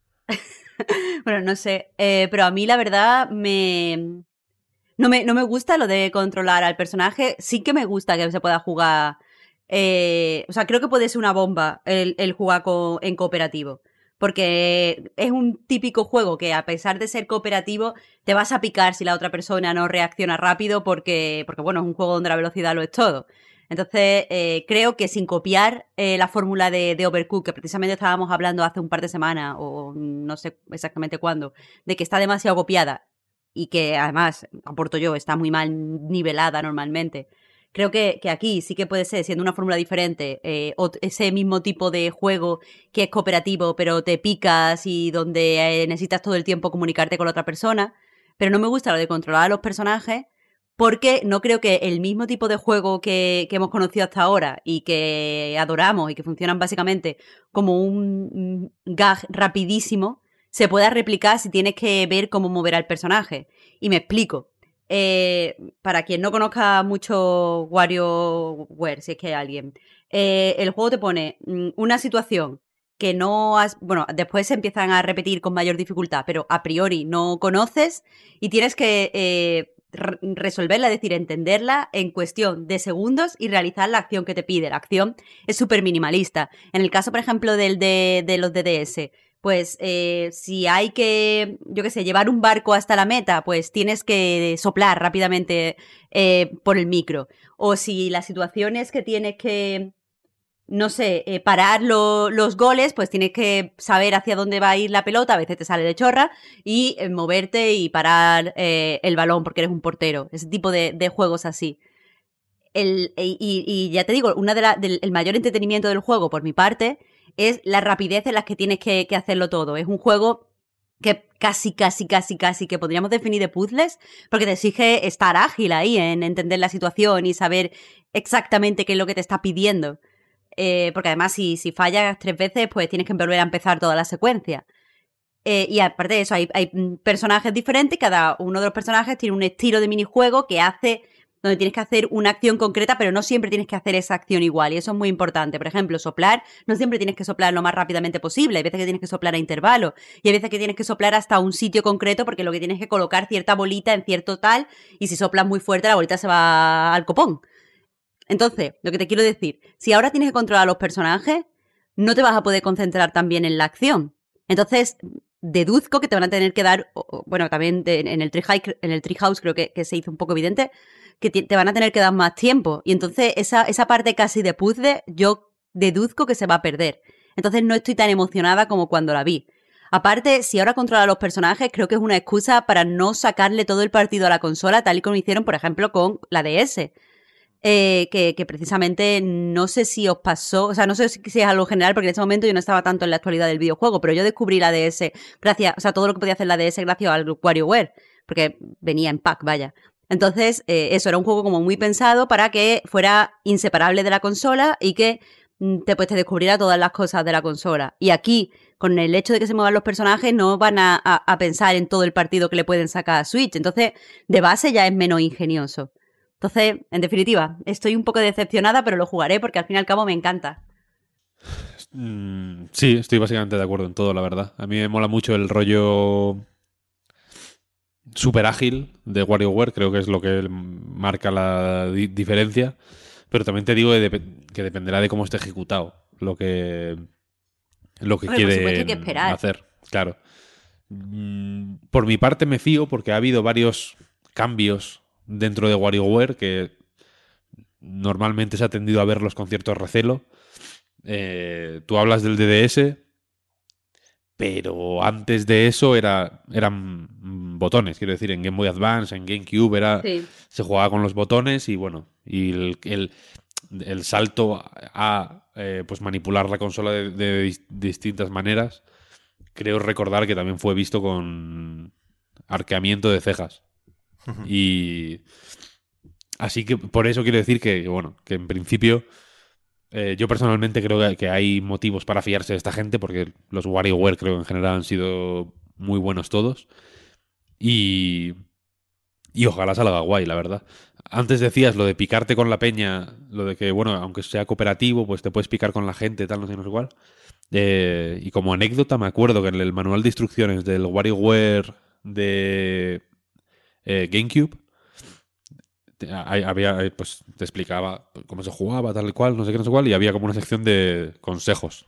Bueno, no sé, eh, pero a mí la verdad me... No me, no me gusta lo de controlar al personaje. Sí que me gusta que se pueda jugar. eh, o sea, creo que puede ser una bomba el, el jugar co- en cooperativo. Porque es un típico juego que, a pesar de ser cooperativo, te vas a picar si la otra persona no reacciona rápido. Porque, porque bueno, es un juego donde la velocidad lo es todo. Entonces, eh, creo que sin copiar eh, la fórmula de, de Overcooked, que precisamente estábamos hablando hace un par de semanas, o no sé exactamente cuándo, de que está demasiado copiada y que además, aporto yo, está muy mal nivelada normalmente. Creo que, que aquí sí que puede ser, siendo una fórmula diferente, eh, o ese mismo tipo de juego que es cooperativo, pero te picas y donde eh, necesitas todo el tiempo comunicarte con la otra persona. Pero no me gusta lo de controlar a los personajes porque no creo que el mismo tipo de juego que, que hemos conocido hasta ahora y que adoramos y que funcionan básicamente como un mm, gag rapidísimo se pueda replicar si tienes que ver cómo mover al personaje. Y me explico. Eh, para quien no conozca mucho WarioWare, si es que hay alguien, eh, el juego te pone mm, una situación que no has... Bueno, después se empiezan a repetir con mayor dificultad, pero a priori no conoces y tienes que eh, re- resolverla, es decir, entenderla en cuestión de segundos y realizar la acción que te pide. La acción es súper minimalista. En el caso, por ejemplo, del de, de los D D S, pues eh, si hay que, yo qué sé, llevar un barco hasta la meta, pues tienes que soplar rápidamente eh, por el micro. O si la situación es que tienes que no sé, eh, parar lo, los goles, pues tienes que saber hacia dónde va a ir la pelota, a veces te sale de chorra, y eh, moverte y parar eh, el balón porque eres un portero. Ese tipo de, de juegos así. El, y, y ya te digo, una de la, del, el mayor entretenimiento del juego, por mi parte, es la rapidez en la que tienes que, que hacerlo todo. Es un juego que casi, casi, casi, casi que podríamos definir de puzzles, porque te exige estar ágil ahí en entender la situación y saber exactamente qué es lo que te está pidiendo. Eh, porque además si, si fallas tres veces, pues tienes que volver a empezar toda la secuencia. Eh, y aparte de eso, hay, hay personajes diferentes, cada uno de los personajes tiene un estilo de minijuego que hace, donde tienes que hacer una acción concreta, pero no siempre tienes que hacer esa acción igual, y eso es muy importante. Por ejemplo, soplar, no siempre tienes que soplar lo más rápidamente posible, hay veces que tienes que soplar a intervalo, y hay veces que tienes que soplar hasta un sitio concreto, porque lo que tienes que colocar cierta bolita en cierto tal, y si soplas muy fuerte la bolita se va al copón. Entonces, lo que te quiero decir, si ahora tienes que controlar a los personajes, no te vas a poder concentrar también en la acción. Entonces, deduzco que te van a tener que dar, bueno, también de, en el Treehouse, en el Treehouse creo que, que se hizo un poco evidente, que te van a tener que dar más tiempo. Y entonces esa, esa parte casi de puzzle yo deduzco que se va a perder. Entonces no estoy tan emocionada como cuando la vi. Aparte, si ahora controla a los personajes, creo que es una excusa para no sacarle todo el partido a la consola, tal y como hicieron, por ejemplo, con la D S. Eh, que, que precisamente no sé si os pasó, o sea, no sé si es algo general, porque en ese momento yo no estaba tanto en la actualidad del videojuego, pero yo descubrí la D S gracias, o sea, todo lo que podía hacer la D S gracias al WarioWare, porque venía en pack, vaya. Entonces, eh, eso era un juego como muy pensado para que fuera inseparable de la consola y que te, pues, te descubriera todas las cosas de la consola. Y aquí, con el hecho de que se muevan los personajes, no van a, a, a pensar en todo el partido que le pueden sacar a Switch. Entonces, de base ya es menos ingenioso. Entonces, en definitiva, estoy un poco decepcionada, pero lo jugaré porque al fin y al cabo me encanta. Mm, sí, estoy básicamente de acuerdo en todo, la verdad. A mí me mola mucho el rollo súper ágil de WarioWare, creo que es lo que marca la di- diferencia. Pero también te digo que, dep- que dependerá de cómo esté ejecutado lo que, lo que Hombre, por supuesto hay que quieren esperar. hacer. Claro. Mm, Por mi parte me fío porque ha habido varios cambios dentro de WarioWare que normalmente se ha tendido a verlos con cierto recelo. Eh, tú hablas del D D S, pero antes de eso era, eran botones, quiero decir, en Game Boy Advance, en GameCube era, Sí. se jugaba con los botones y bueno, y el, el, el salto a eh, pues manipular la consola de, de dis- distintas maneras, creo recordar que también fue visto con arqueamiento de cejas. Y así que por eso quiero decir que, bueno, que en principio eh, yo personalmente creo que, que hay motivos para fiarse de esta gente porque los WarioWare creo que en general han sido muy buenos todos y, y ojalá salga guay, la verdad. Antes decías lo de picarte con la peña, lo de que, bueno, aunque sea cooperativo, pues te puedes picar con la gente, tal, no sé, no sé cuál. Eh, y como anécdota me acuerdo que en el manual de instrucciones del WarioWare de eh, GameCube te- hay- había, eh, pues te explicaba cómo se jugaba, tal y cual, no sé qué, no sé cuál, y había como una sección de consejos.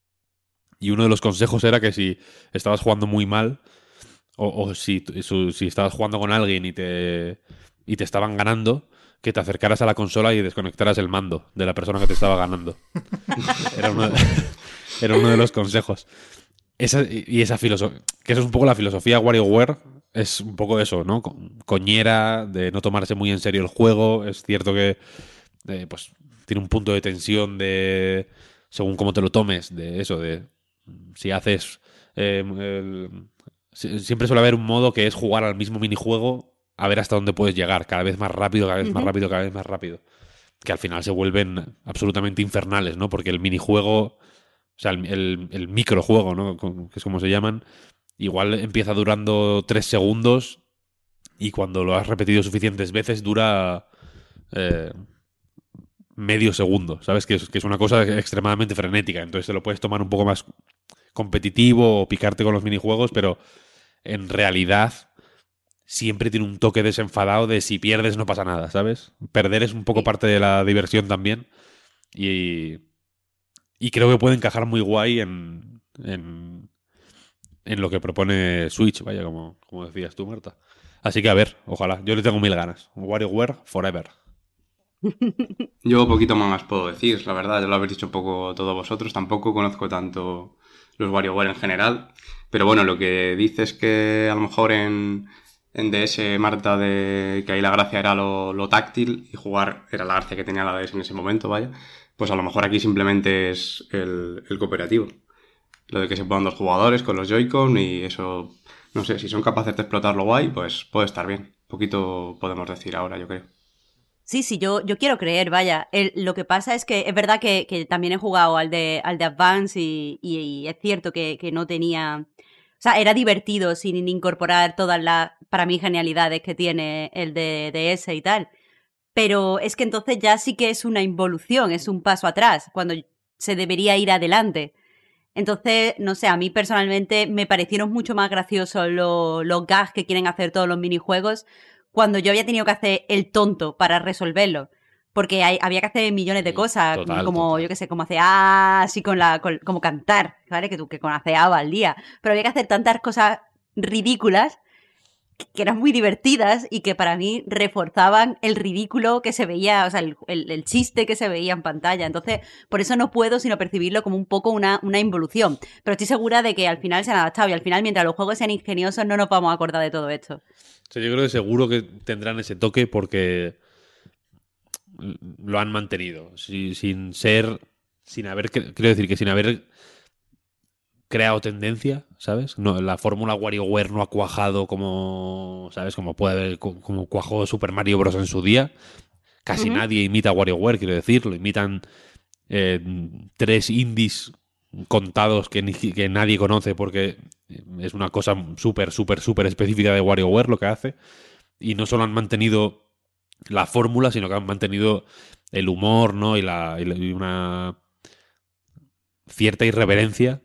Y uno de los consejos era que si estabas jugando muy mal, o, o si, tu- su- si estabas jugando con alguien y te, y te estaban ganando, que te acercaras a la consola y desconectaras el mando de la persona que te estaba ganando. Era uno de, era uno de los consejos. Esa, y esa filosofía, que eso es un poco la filosofía WarioWare, es un poco eso, ¿no? Co- Coñera, de no tomarse muy en serio el juego. Es cierto que eh, pues tiene un punto de tensión de, según cómo te lo tomes, de eso, de si haces... eh, el- si- siempre suele haber un modo que es jugar al mismo minijuego a ver hasta dónde puedes llegar, cada vez más rápido, cada vez más Ujú. rápido, cada vez más rápido. Que al final se vuelven absolutamente infernales, ¿no? Porque el minijuego... O sea, el, el, el microjuego, ¿no? Con- Que es como se llaman. Igual empieza durando tres segundos y cuando lo has repetido suficientes veces dura eh, medio segundo, ¿sabes? Que es, que es una cosa extremadamente frenética. Entonces te lo puedes tomar un poco más competitivo o picarte con los minijuegos, pero en realidad siempre tiene un toque desenfadado de si pierdes no pasa nada, ¿sabes? Perder es un poco Sí. parte de la diversión también y, y creo que puede encajar muy guay en, en, en lo que propone Switch, vaya, como, como decías tú, Marta. Así que a ver, ojalá. Yo le tengo mil ganas. WarioWare Forever. Yo poquito más puedo decir, la verdad, ya lo habéis dicho un poco todos vosotros, tampoco conozco tanto los WarioWare en general, pero bueno, lo que dices que a lo mejor en, en D S, Marta, de que ahí la gracia era lo, lo táctil y jugar era la gracia que tenía la D S en ese momento, vaya, pues a lo mejor aquí simplemente es el, el cooperativo, lo de que se puedan dos jugadores con los Joy-Con y eso, no sé, si son capaces de explotarlo guay, pues puede estar bien, poquito podemos decir ahora, yo creo. Sí, sí, yo, yo quiero creer, vaya. El- lo que pasa es que es verdad que, que también he jugado al de, al de Advance y, y- y es cierto que, que no tenía... O sea, era divertido sin incorporar todas las, para mí, genialidades que tiene el de D S y tal. Pero es que entonces ya sí que es una involución, es un paso atrás, cuando se debería ir adelante. Entonces, no sé, a mí personalmente me parecieron mucho más graciosos los, los gags que quieren hacer todos los minijuegos cuando yo había tenido que hacer el tonto para resolverlo. Porque hay- había que hacer millones de Sí, cosas, total, como, yo total. qué sé, como hacer ah, así con la, con- como cantar, ¿vale? Que tú, que con hacer aba al día. Pero había que hacer tantas cosas ridículas que eran muy divertidas y que para mí reforzaban el ridículo que se veía, o sea, el, el- el chiste que se veía en pantalla. Entonces, por eso no puedo sino percibirlo como un poco una, una involución. Pero estoy segura de que al final se han adaptado y al final, mientras los juegos sean ingeniosos, no nos vamos a acordar de todo esto. O sea, yo creo que seguro que tendrán ese toque porque lo han mantenido. Si- sin ser. Sin haber. cre- Quiero decir que sin haber creado tendencia, ¿sabes? No, la fórmula WarioWare no ha cuajado como. ¿Sabes? Como puede haber. co- Como cuajó Super Mario Bros. En su día. Casi Ujú. nadie imita a WarioWare, quiero decir. Lo imitan eh, tres indies contados que, ni- que nadie conoce porque es una cosa súper, súper, súper específica de WarioWare lo que hace. Y no solo han mantenido la fórmula, sino que han mantenido el humor, ¿no? Y, la, y la- y una cierta irreverencia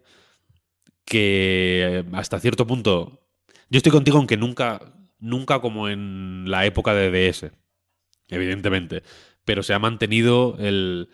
que eh, hasta cierto punto. Yo estoy contigo en que nunca, nunca como en la época de D S, evidentemente. Pero se ha mantenido el.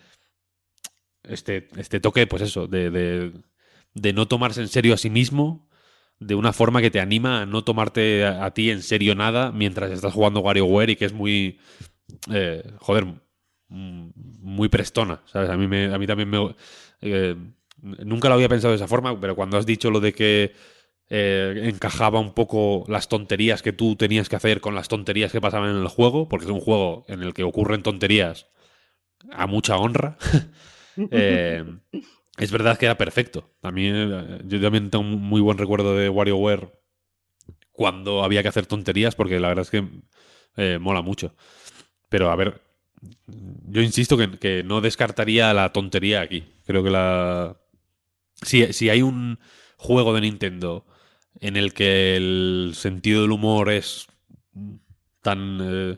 Este, este toque, pues eso, de, de, de no tomarse en serio a sí mismo, de una forma que te anima a no tomarte a, a ti en serio nada mientras estás jugando WarioWare y que es muy, eh, joder, mm, muy prestona, ¿sabes? A mí, me, a mí también me... eh, nunca lo había pensado de esa forma, pero cuando has dicho lo de que eh, encajaba un poco las tonterías que tú tenías que hacer con las tonterías que pasaban en el juego, porque es un juego en el que ocurren tonterías a mucha honra, eh, es verdad que era perfecto. A mí, eh, yo también tengo un muy buen recuerdo de WarioWare cuando había que hacer tonterías, porque la verdad es que eh, mola mucho. Pero a ver, yo insisto que, que no descartaría la tontería aquí. Creo que la. Si, si hay un juego de Nintendo en el que el sentido del humor es tan eh,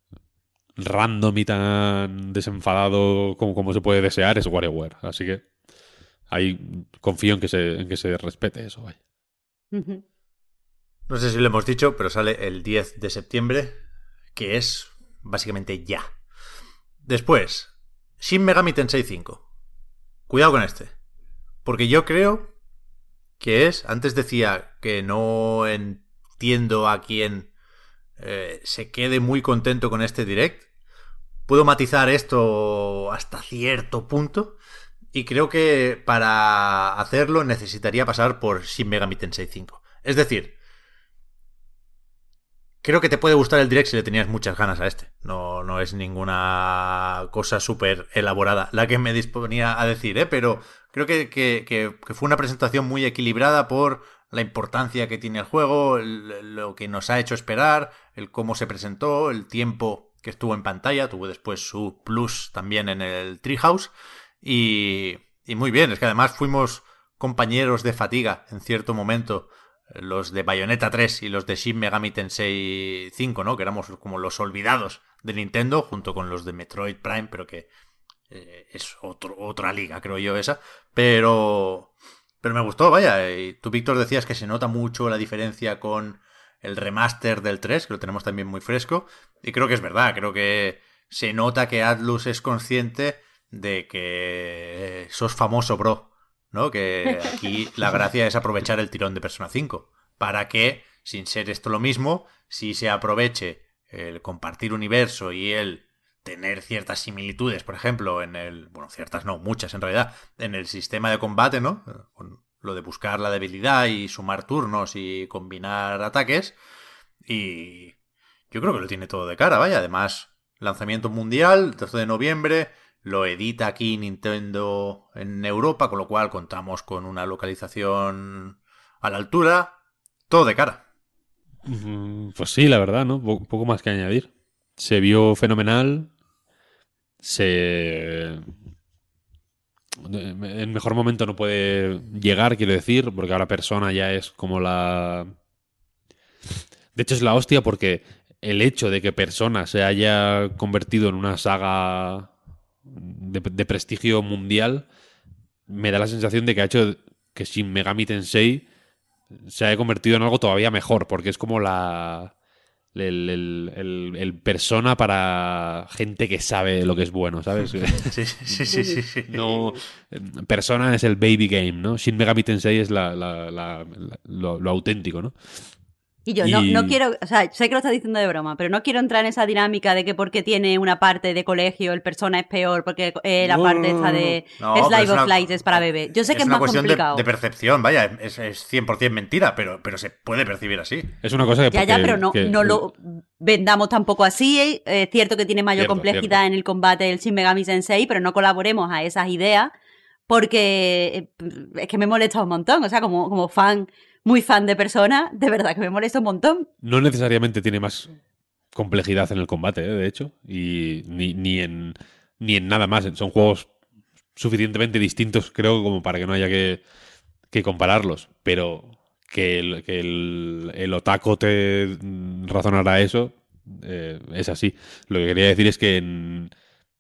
random y tan desenfadado como, como se puede desear, es WarioWare. Así que ahí confío en que se, en que se respete eso. Vaya. Ujú. No sé si lo hemos dicho, pero sale el diez de septiembre, que es básicamente ya. Después, Shin Megami Tensei cinco. Cuidado con este. Porque yo creo que es, antes decía que no entiendo a quién eh, se quede muy contento con este direct. Puedo matizar esto hasta cierto punto. Y creo que para hacerlo necesitaría pasar por Shin Megami Tensei cinco. Es decir, creo que te puede gustar el direct si le tenías muchas ganas a este. No, no es ninguna cosa súper elaborada la que me disponía a decir, ¿eh? Pero creo que, que, que, que fue una presentación muy equilibrada por la importancia que tiene el juego, el, lo que nos ha hecho esperar, el cómo se presentó, el tiempo que estuvo en pantalla. Tuvo después su plus también en el Treehouse. Y, y muy bien, es que además fuimos compañeros de fatiga en cierto momento los de Bayonetta tres y los de Shin Megami Tensei cinco, ¿no? Que éramos como los olvidados de Nintendo, junto con los de Metroid Prime, pero que eh, es otro, otra liga, creo yo, esa. Pero, pero me gustó, vaya. Y tú, Víctor, decías que se nota mucho la diferencia con el remaster del tres, que lo tenemos también muy fresco. Y creo que es verdad, creo que se nota que Atlus es consciente de que sos famoso, bro. ¿No? Que aquí la gracia es aprovechar el tirón de Persona cinco para que, sin ser esto lo mismo, si se aproveche el compartir universo y el tener ciertas similitudes, por ejemplo, en el... Bueno, ciertas no, muchas en realidad, en el sistema de combate, ¿no? Con lo de buscar la debilidad y sumar turnos y combinar ataques. Y yo creo que lo tiene todo de cara, vaya. Además, lanzamiento mundial, doce de noviembre, lo edita aquí Nintendo en Europa, con lo cual contamos con una localización a la altura. Todo de cara. Pues sí, la verdad, ¿no? Po- poco más que añadir. Se vio fenomenal. Se... El mejor momento no puede llegar, quiero decir, porque ahora Persona ya es como la... De hecho es la hostia porque el hecho de que Persona se haya convertido en una saga de, de prestigio mundial me da la sensación de que ha hecho que Shin Megami Tensei se haya convertido en algo todavía mejor, porque es como la... El, el, el, el Persona para gente que sabe lo que es bueno, ¿sabes? Sí, sí, sí, sí, sí. No, Persona es el baby game, ¿no? Shin Megami Tensei es la, la, la, la, lo, lo auténtico, ¿no? Y yo Y- no, no quiero, o sea, sé que lo estás diciendo de broma, pero no quiero entrar en esa dinámica de que porque tiene una parte de colegio el Persona es peor, porque eh, la No, parte no, no, esta no. de No, pero Slice es of una- Life es para bebé. Yo sé que es una más cuestión de, complicado. de percepción, vaya, es, es cien por ciento mentira, pero, pero se puede percibir así. Es una cosa que... Ya, ya, porque- pero no, que- no lo vendamos tampoco así. Es eh, cierto que tiene mayor Cierto, complejidad cierto. en el combate del Shin Megami Tensei, pero no colaboremos a esas ideas porque eh, es que me molesta un montón. O sea, como, como fan, muy fan de Persona, de verdad que me molesta un montón. No necesariamente tiene más complejidad en el combate, ¿eh? De hecho, y ni, ni, en, ni en nada más. Son juegos suficientemente distintos, creo, como para que no haya que, que compararlos. Pero que el, que el, el otaku te mm, razonará eso, eh, es así. Lo que quería decir es que en-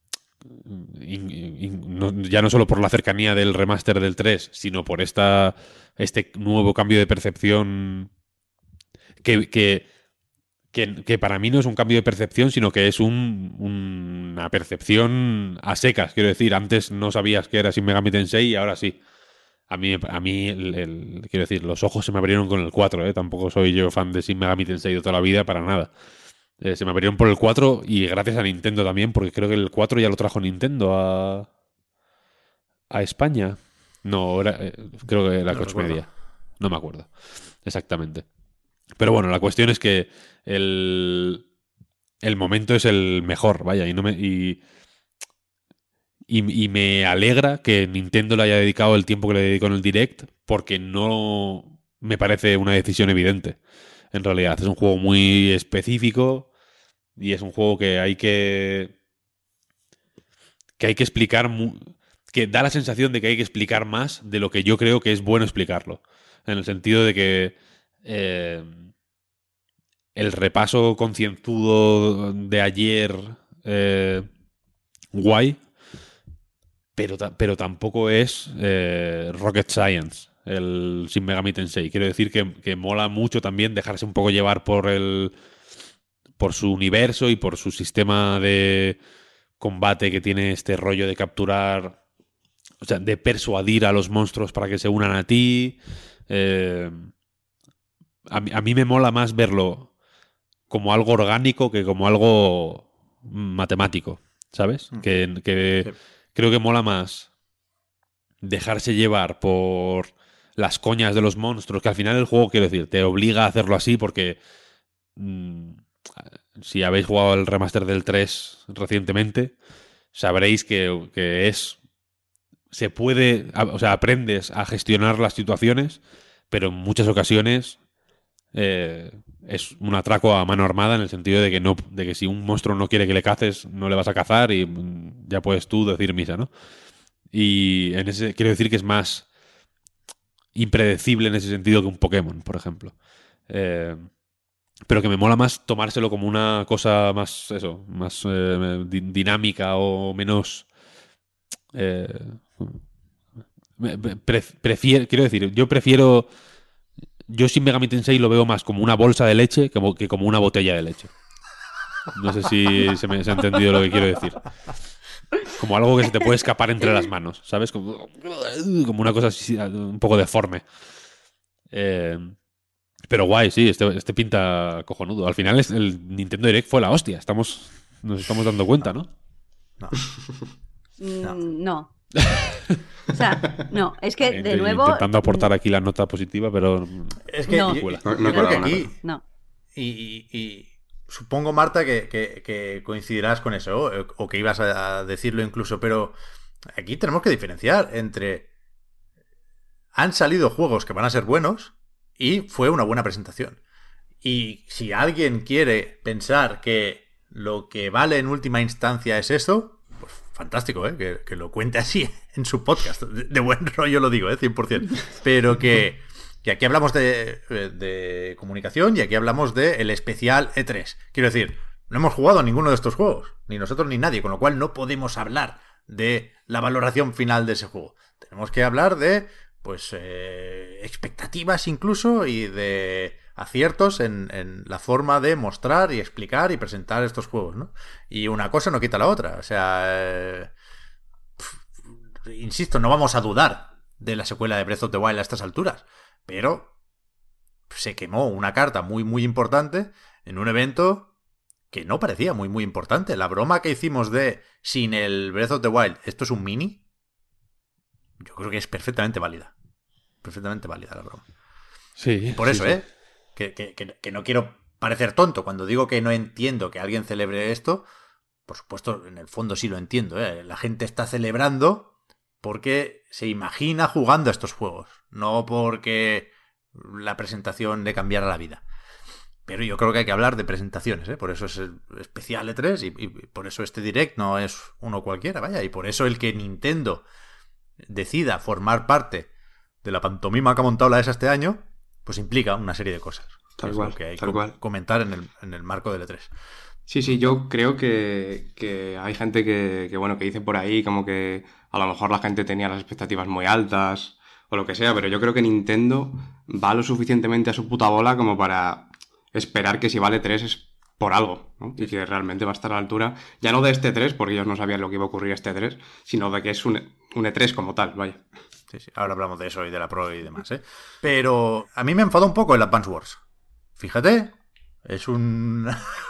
in- in- no- ya no solo por la cercanía del remaster del tres, sino por esta este nuevo cambio de percepción que, que, que, que para mí no es un cambio de percepción, sino que es un- una percepción a secas. Quiero decir, antes no sabías que era Shin Megami Tensei y ahora sí. A mí, a mí el- el- quiero decir, los ojos se me abrieron con el cuatro, ¿eh? Tampoco soy yo fan de Shin Megami Tensei de toda la vida, para nada. Eh, se me abrieron por el cuatro y gracias a Nintendo también, porque creo que el cuatro ya lo trajo Nintendo a, a España. No, era, eh, creo que era No Koch recuerdo. Media. No me acuerdo exactamente. Pero bueno, la cuestión es que el, el momento es el mejor, vaya, y no me... Y, y, y me alegra que Nintendo le haya dedicado el tiempo que le dedicó en el Direct, porque no me parece una decisión evidente. En realidad, es un juego muy específico y es un juego que hay que que hay que explicar mu- que da la sensación de que hay que explicar más de lo que yo creo que es bueno explicarlo. En el sentido de que eh, el repaso concienzudo de ayer eh, guay, pero, ta- pero tampoco es eh, Rocket Science, el Shin Megami Tensei. Quiero decir que, que mola mucho también dejarse un poco llevar por el por su universo y por su sistema de combate que tiene este rollo de capturar, o sea, de persuadir a los monstruos para que se unan a ti. Eh, a, mí- a mí me mola más verlo como algo orgánico que como algo matemático, ¿sabes? Que, que Sí. creo que mola más dejarse llevar por las coñas de los monstruos, que al final el juego, quiero decir, te obliga a hacerlo así porque mm, si habéis jugado el remaster del tres recientemente, sabréis que, que es... Se puede... a- O sea, aprendes a gestionar las situaciones, pero en muchas ocasiones eh, es un atraco a mano armada en el sentido de que no, de que si un monstruo no quiere que le caces, no le vas a cazar y mm, ya puedes tú decir misa, ¿no? Y en ese quiero decir que es más impredecible en ese sentido que un Pokémon, por ejemplo. Eh, pero que me mola más tomárselo como una cosa más, eso, más eh, di- dinámica o menos... eh, me- me- pre- prefiero, quiero decir, yo prefiero... Yo Shin Megami Tensei lo veo más como una bolsa de leche como, que como una botella de leche. No sé si se me se ha entendido lo que quiero decir. Como algo que se te puede escapar entre las manos, ¿sabes? Como, como una cosa así, un poco deforme. Eh, pero guay, sí, este, este pinta cojonudo. Al final es- el Nintendo Direct fue la hostia. Estamos Nos estamos dando cuenta, ¿no? No. Mm, no. O sea, no, es que Int- de nuevo. Intentando aportar aquí la nota positiva, pero... Es que No. yo, Cuela. No, yo no creo que colaba, no aquí, colaba. No. y, y- y supongo, Marta, que, que- que coincidirás con eso, o, o que ibas a, a decirlo incluso, pero aquí tenemos que diferenciar entre han salido juegos que van a ser buenos y fue una buena presentación. Y si alguien quiere pensar que lo que vale en última instancia es eso, pues fantástico, ¿eh? Que, que lo cuente así en su podcast. De, de buen rollo lo digo, ¿eh? cien por ciento. Pero que, que aquí hablamos de, de comunicación y aquí hablamos del especial E tres. Quiero decir, no hemos jugado a ninguno de estos juegos, ni nosotros ni nadie, con lo cual no podemos hablar de la valoración final de ese juego. Tenemos que hablar de, pues, eh, expectativas incluso y de aciertos en, en la forma de mostrar y explicar y presentar estos juegos, ¿no? Y una cosa no quita la otra. O sea, eh, pf, insisto, no vamos a dudar de la secuela de Breath of the Wild a estas alturas, pero se quemó una carta muy, muy importante en un evento que no parecía muy, muy importante. La broma que hicimos de sin el Breath of the Wild, esto es un mini, yo creo que es perfectamente válida. Perfectamente válida la broma. Sí. Y por sí, eso, sí. ¿eh? Que, que, que, que no quiero parecer tonto. Cuando digo que no entiendo que alguien celebre esto, por supuesto, en el fondo sí lo entiendo, ¿eh? La gente está celebrando porque se imagina jugando a estos juegos, no porque la presentación le cambiara la vida. Pero yo creo que hay que hablar de presentaciones, ¿eh? Por eso es el especial E tres y, y por eso este direct no es uno cualquiera, vaya. Y por eso el que Nintendo decida formar parte de la pantomima que ha montado la E S A este año, pues implica una serie de cosas. Tal es cual, lo que hay que tal cual. comentar en el, en el marco del E tres. Sí, sí, yo creo que, que hay gente que, que, bueno, que dice por ahí como que a lo mejor la gente tenía las expectativas muy altas o lo que sea, pero yo creo que Nintendo va lo suficientemente a su puta bola como para esperar que si vale tres es por algo, ¿no? Y que realmente va a estar a la altura, ya no de este E tres, porque ellos no sabían lo que iba a ocurrir este E tres, sino de que es un, un E tres como tal, vaya. Sí, sí, ahora hablamos de eso y de la Pro y demás, ¿eh? Pero a mí me enfada un poco el Advance Wars. Fíjate, es un...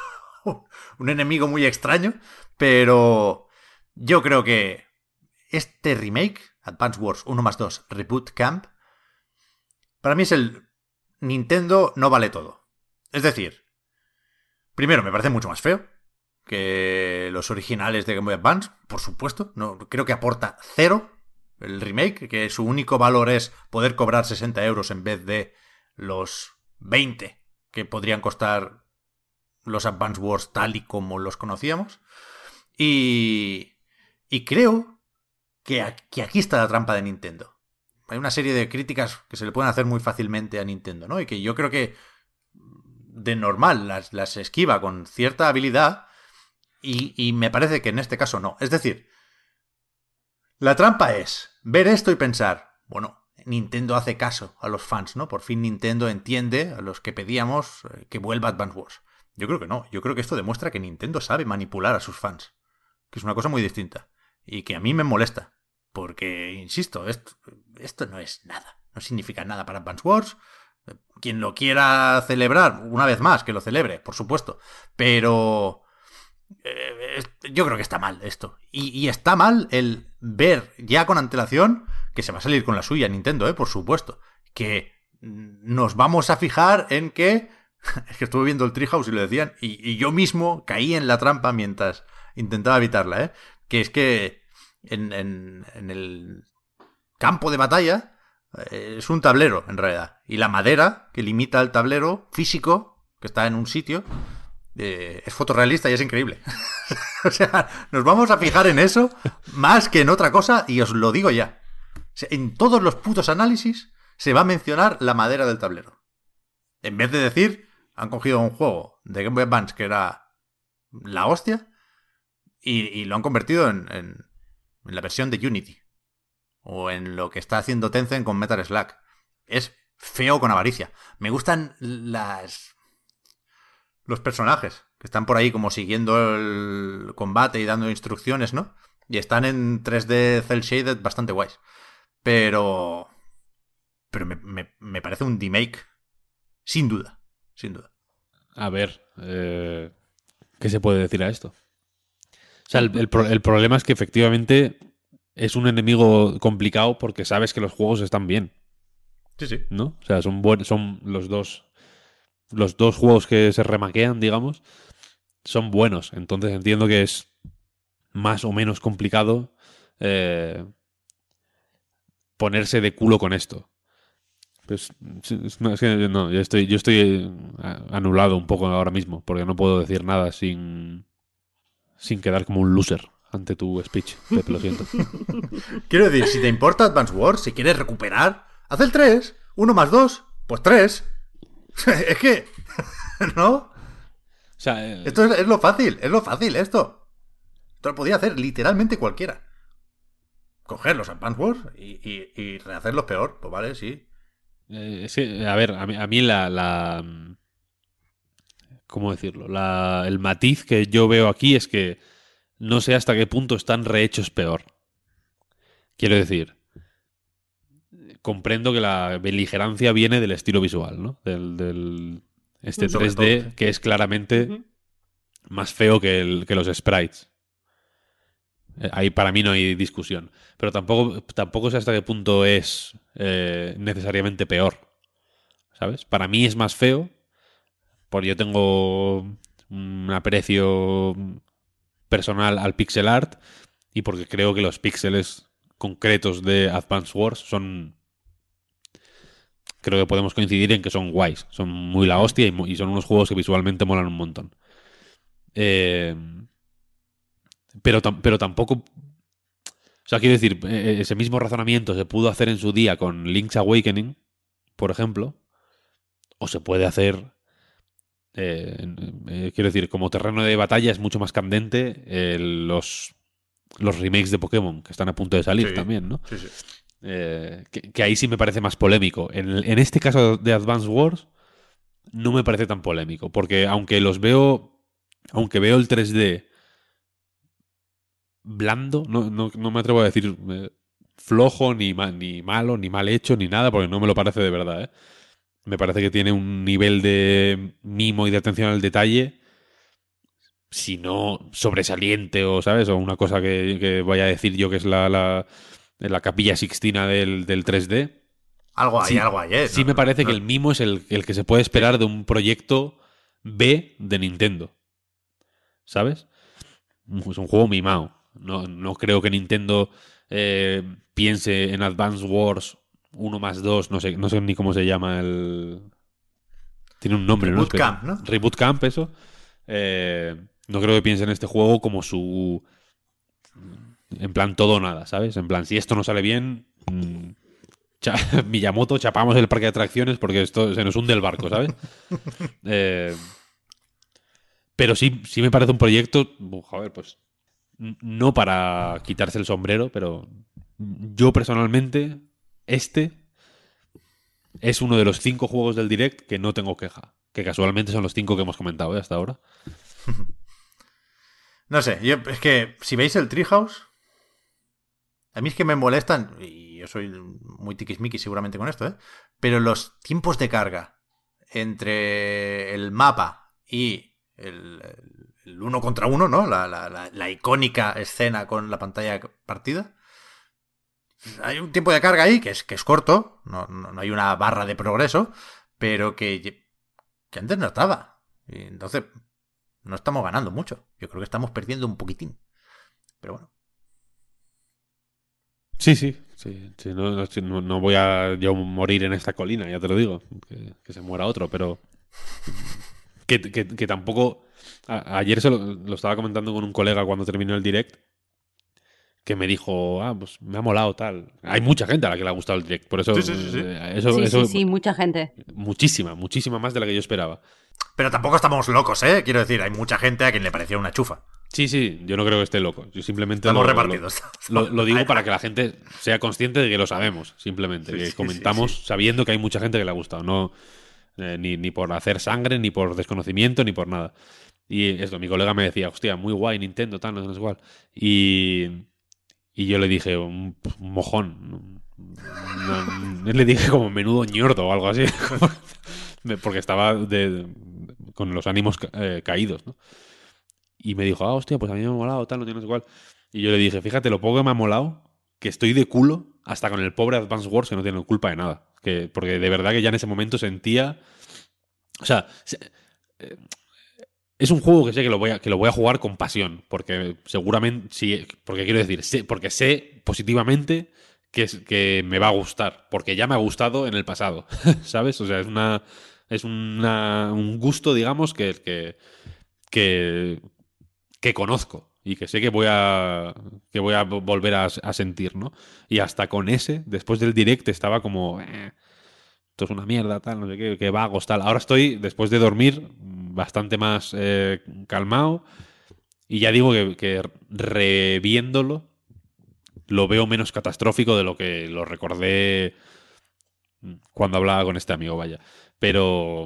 un enemigo muy extraño, pero yo creo que este remake, Advance Wars uno más dos Reboot Camp, para mí es el Nintendo no vale todo. Es decir, primero me parece mucho más feo que los originales de Game Boy Advance, por supuesto. No, creo que aporta cero el remake, que su único valor es poder cobrar sesenta euros en vez de los veinte que podrían costar los Advance Wars tal y como los conocíamos. Y, y creo que aquí, aquí está la trampa de Nintendo. Hay una serie de críticas que se le pueden hacer muy fácilmente a Nintendo, ¿no? Y que yo creo que de normal las, las esquiva con cierta habilidad y, y me parece que en este caso no. Es decir, la trampa es ver esto y pensar, bueno, Nintendo hace caso a los fans, ¿no? Por fin Nintendo entiende a los que pedíamos que vuelva Advance Wars. Yo creo que no. Yo creo que esto demuestra que Nintendo sabe manipular a sus fans. Que es una cosa muy distinta. Y que a mí me molesta. Porque, insisto, esto, esto no es nada. No significa nada para Advance Wars. Quien lo quiera celebrar, una vez más, que lo celebre, por supuesto. Pero... Eh, yo creo que está mal esto. Y, y está mal el ver ya con antelación que se va a salir con la suya Nintendo, ¿eh? Por supuesto. Que nos vamos a fijar en que... Es que estuve viendo el Treehouse y lo decían, y, y yo mismo caí en la trampa mientras intentaba evitarla, ¿eh? Que es que en, en, en el campo de batalla eh, es un tablero, en realidad. Y la madera que limita el tablero físico, que está en un sitio, eh, es fotorrealista y es increíble. O sea, nos vamos a fijar en eso más que en otra cosa, y os lo digo ya. O sea, en todos los putos análisis se va a mencionar la madera del tablero. En vez de decir... Han cogido un juego de Game Boy Advance que era la hostia y, y lo han convertido en, en, en la versión de Unity. O en lo que está haciendo Tencent con Metal Slug. Es feo con avaricia. Me gustan las los personajes que están por ahí como siguiendo el combate y dando instrucciones, ¿no? Y están en tres D cel shaded bastante guays. Pero... Pero me, me, me parece un remake sin duda. Sin duda. A ver, eh, ¿qué se puede decir a esto? sea, el, el pro- el problema es que efectivamente es un enemigo complicado porque sabes que los juegos están bien, Sí, sí. ¿no? O sea, son buen- son los dos los dos juegos que se remaquean, digamos, son buenos. Entonces entiendo que es más o menos complicado eh, ponerse de culo con esto. Pues, sí, es- no, es que no, yo estoy, yo estoy eh, anulado un poco ahora mismo porque no puedo decir nada sin, sin quedar como un loser ante tu speech, Pepe, lo siento. Quiero decir, si te importa Advance Wars, si quieres recuperar, haz el tres. Uno más dos, pues tres. Es que... ¿No? O sea, eh, Esto es, es lo fácil, es lo fácil esto. Esto lo podía hacer literalmente cualquiera. Coger los Advance Wars y, y, y rehacerlos peor. Pues vale, sí. eh, es que, a ver, a mí, a mí la, la... ¿Cómo decirlo? La, el matiz que yo veo aquí es que no sé hasta qué punto están rehechos peor. Quiero decir, comprendo que la beligerancia viene del estilo visual, ¿no? Del, del este Sobre tres D todo, sí. que es claramente Ujú. más feo que, el, que los sprites. Eh, Ahí para mí no hay discusión. Pero tampoco, tampoco sé hasta qué punto es eh, necesariamente peor. ¿Sabes? Para mí es más feo porque yo tengo un aprecio personal al pixel art y porque creo que los píxeles concretos de Advance Wars son... Creo que podemos coincidir en que son guays. Son muy la hostia y, mu- y son unos juegos que visualmente molan un montón. Eh, pero, tam- pero tampoco... O sea, quiero decir, eh, ese mismo razonamiento se pudo hacer en su día con Link's Awakening, por ejemplo, o se puede hacer... eh, en- eh, quiero decir, como terreno de batalla es mucho más candente eh, los, los remakes de Pokémon que están a punto de salir Sí, también, ¿no? sí, sí. Eh, que, que ahí sí me parece más polémico. En, el- en este caso de Advance Wars no me parece tan polémico, porque aunque los veo, aunque veo el tres D blando, no, no, no me atrevo a decir eh, flojo, ni, ma- ni malo, ni mal hecho, ni nada, porque no me lo parece de verdad, ¿eh? Me parece que tiene un nivel de mimo y de atención al detalle, si no sobresaliente o, ¿sabes? O una cosa que, que vaya a decir yo que es la, la, la capilla sixtina del, del tres D. Algo hay, Sí, algo hay, ¿eh? sí No, me no, parece que no. el mimo es el, el que se puede esperar de un proyecto B de Nintendo. ¿Sabes? Es un juego mimado. No, no creo que Nintendo eh, piense en Advance Wars uno más dos, no sé, no sé ni cómo se llama el... Tiene un nombre, ¿no? Reboot Espe- Camp, ¿no? Reboot Camp, eso. Eh, no creo que piense en este juego como su... En plan todo o nada, ¿sabes? En plan, si esto no sale bien... mm, Cha- Miyamoto, chapamos el parque de atracciones porque esto se nos hunde el barco, ¿sabes? Eh, pero sí, sí me parece un proyecto, uf, joder, pues n- no para quitarse el sombrero, pero yo personalmente, este es uno de los cinco juegos del Direct que no tengo queja, que casualmente son los cinco que hemos comentado ¿eh? hasta ahora. No sé, yo, es que si veis el Treehouse, a mí es que me molestan, y yo soy muy tiquismiqui seguramente con esto, ¿eh? Pero los tiempos de carga entre el mapa y el, el- el uno contra uno, ¿no? La, la- la- la icónica escena con la pantalla partida. Hay un tiempo de carga ahí que es, que es corto, no, no, no hay una barra de progreso, pero que, que antes no estaba. Y entonces no estamos ganando mucho. Yo creo que estamos perdiendo un poquitín. Pero bueno. Sí, sí, sí, sí, no, no, sí, no- no voy a yo morir en esta colina, ya te lo digo, que, que se muera otro, pero que, que- que tampoco... a- ayer se lo, lo estaba comentando con un colega cuando terminó el direct, que me dijo, ah, pues me ha molado tal. Hay mucha gente a la que le ha gustado el direct, por eso, Sí, sí, sí, sí. eh, eso, Sí, eso sí, sí, mucha gente. muchísima, muchísima más de la que yo esperaba. Pero tampoco estamos locos, ¿eh? Quiero decir, hay mucha gente a quien le parecía una chufa. Sí, sí, yo no creo que esté loco. Yo simplemente Estamos lo, repartidos. lo, lo- lo digo para que la gente sea consciente de que lo sabemos, simplemente. Sí, que sí, comentamos sí, sí. sabiendo que hay mucha gente que le ha gustado. No, eh, ni, ni por hacer sangre, ni por desconocimiento, ni por nada. Y esto, mi colega me decía, hostia, muy guay Nintendo, tal, no sé cuál. Y, y yo le dije, un, un mojón. No, no, le dije como menudo ñordo o algo así. Porque estaba de, con los ánimos ca- eh, caídos, ¿no? y me dijo, ah, hostia, pues a mí me ha molado, tal, no tiene no sé cuál. Y yo le dije, fíjate, lo poco que me ha molado, que estoy de culo hasta con el pobre Advance Wars que no tiene culpa de nada. Que, porque de verdad que ya en ese momento sentía... O sea, se- eh, es un juego que sé que lo voy a, que lo voy a jugar con pasión, porque seguramente, sí, porque quiero decir, sé, porque sé positivamente que, es- que me va a gustar, porque ya me ha gustado en el pasado, ¿sabes? O sea, es una es una, un gusto, digamos, que, que, que, que conozco y que sé que voy a que voy a vo- volver a, a sentir, ¿no? Y hasta con ese, después del direct, estaba como... "Eh, esto es una mierda, tal, no sé qué, que vagos, tal". Ahora estoy, después de dormir, bastante más eh, calmado y ya digo que, que reviéndolo lo veo menos catastrófico de lo que lo recordé cuando hablaba con este amigo, vaya. Pero,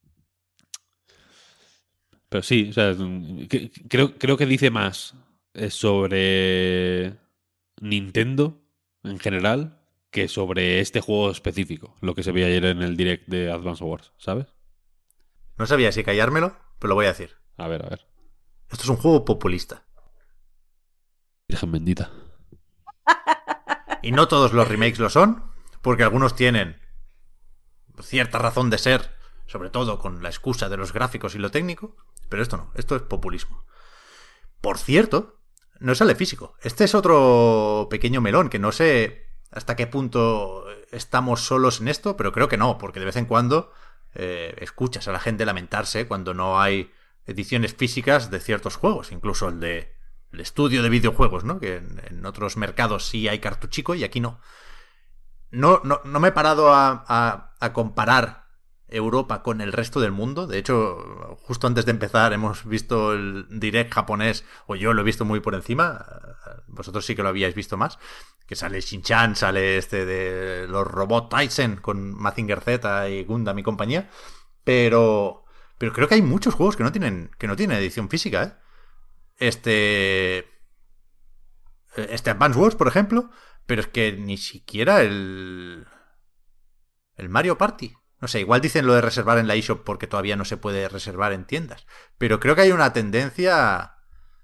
pero sí, o sea, que- creo, creo que dice más eh, sobre Nintendo en general que sobre este juego específico, lo que se veía ayer en el direct de Advance Wars, ¿sabes? No sabía si callármelo, pero lo voy a decir. A ver, a ver. Esto es un juego populista. Virgen bendita. Y no todos los remakes lo son, porque algunos tienen cierta razón de ser, sobre todo con la excusa de los gráficos y lo técnico, pero esto no, esto es populismo. Por cierto, no sale físico. Este es otro pequeño melón que no sé hasta qué punto estamos solos en esto, pero creo que no, porque de vez en cuando eh, escuchas a la gente lamentarse cuando no hay ediciones físicas de ciertos juegos, incluso el de el estudio de videojuegos, ¿no? Que en, en otros mercados sí hay cartuchico y aquí no. No, no, no me he parado a, a, a comparar Europa con el resto del mundo. De hecho, justo antes de empezar hemos visto el direct japonés, o yo lo he visto muy por encima. Vosotros sí que lo habíais visto más. Que sale Shin-Chan, sale este de los Robot Tyson con Mazinger Z y Gundam y compañía. Pero, pero creo que hay muchos juegos que no tienen, que no tienen edición física, ¿eh? Este. Este Advance Wars, por ejemplo. Pero es que ni siquiera el. El Mario Party. No sé, igual dicen lo de reservar en la eShop porque todavía no se puede reservar en tiendas. Pero creo que hay una tendencia,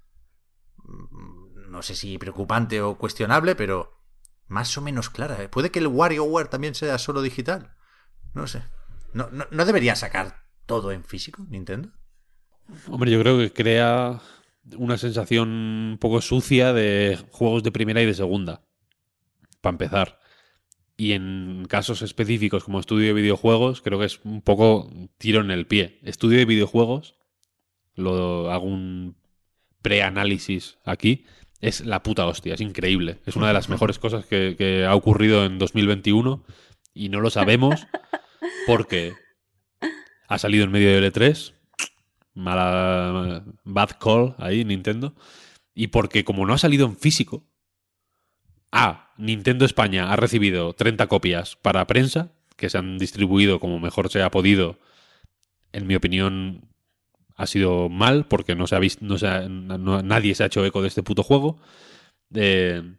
no sé si preocupante o cuestionable, pero más o menos clara. ¿Eh? Puede que el WarioWare también sea solo digital. No sé. ¿No, no, no debería sacar todo en físico, Nintendo? Hombre, yo creo que crea una sensación un poco sucia de juegos de primera y de segunda, para empezar. Y en casos específicos como estudio de videojuegos, creo que es un poco tiro en el pie. Estudio de videojuegos, lo hago un preanálisis aquí, es la puta hostia, es increíble. Es una de las mejores cosas que, que ha ocurrido en dos mil veintiuno y no lo sabemos porque ha salido en medio del E tres, mala bad call ahí Nintendo, y porque como no ha salido en físico, A, Nintendo España ha recibido treinta copias para prensa, que se han distribuido como mejor se ha podido. En mi opinión, ha sido mal, porque no se ha visto, no se ha- no- nadie se ha hecho eco de este puto juego. Eh,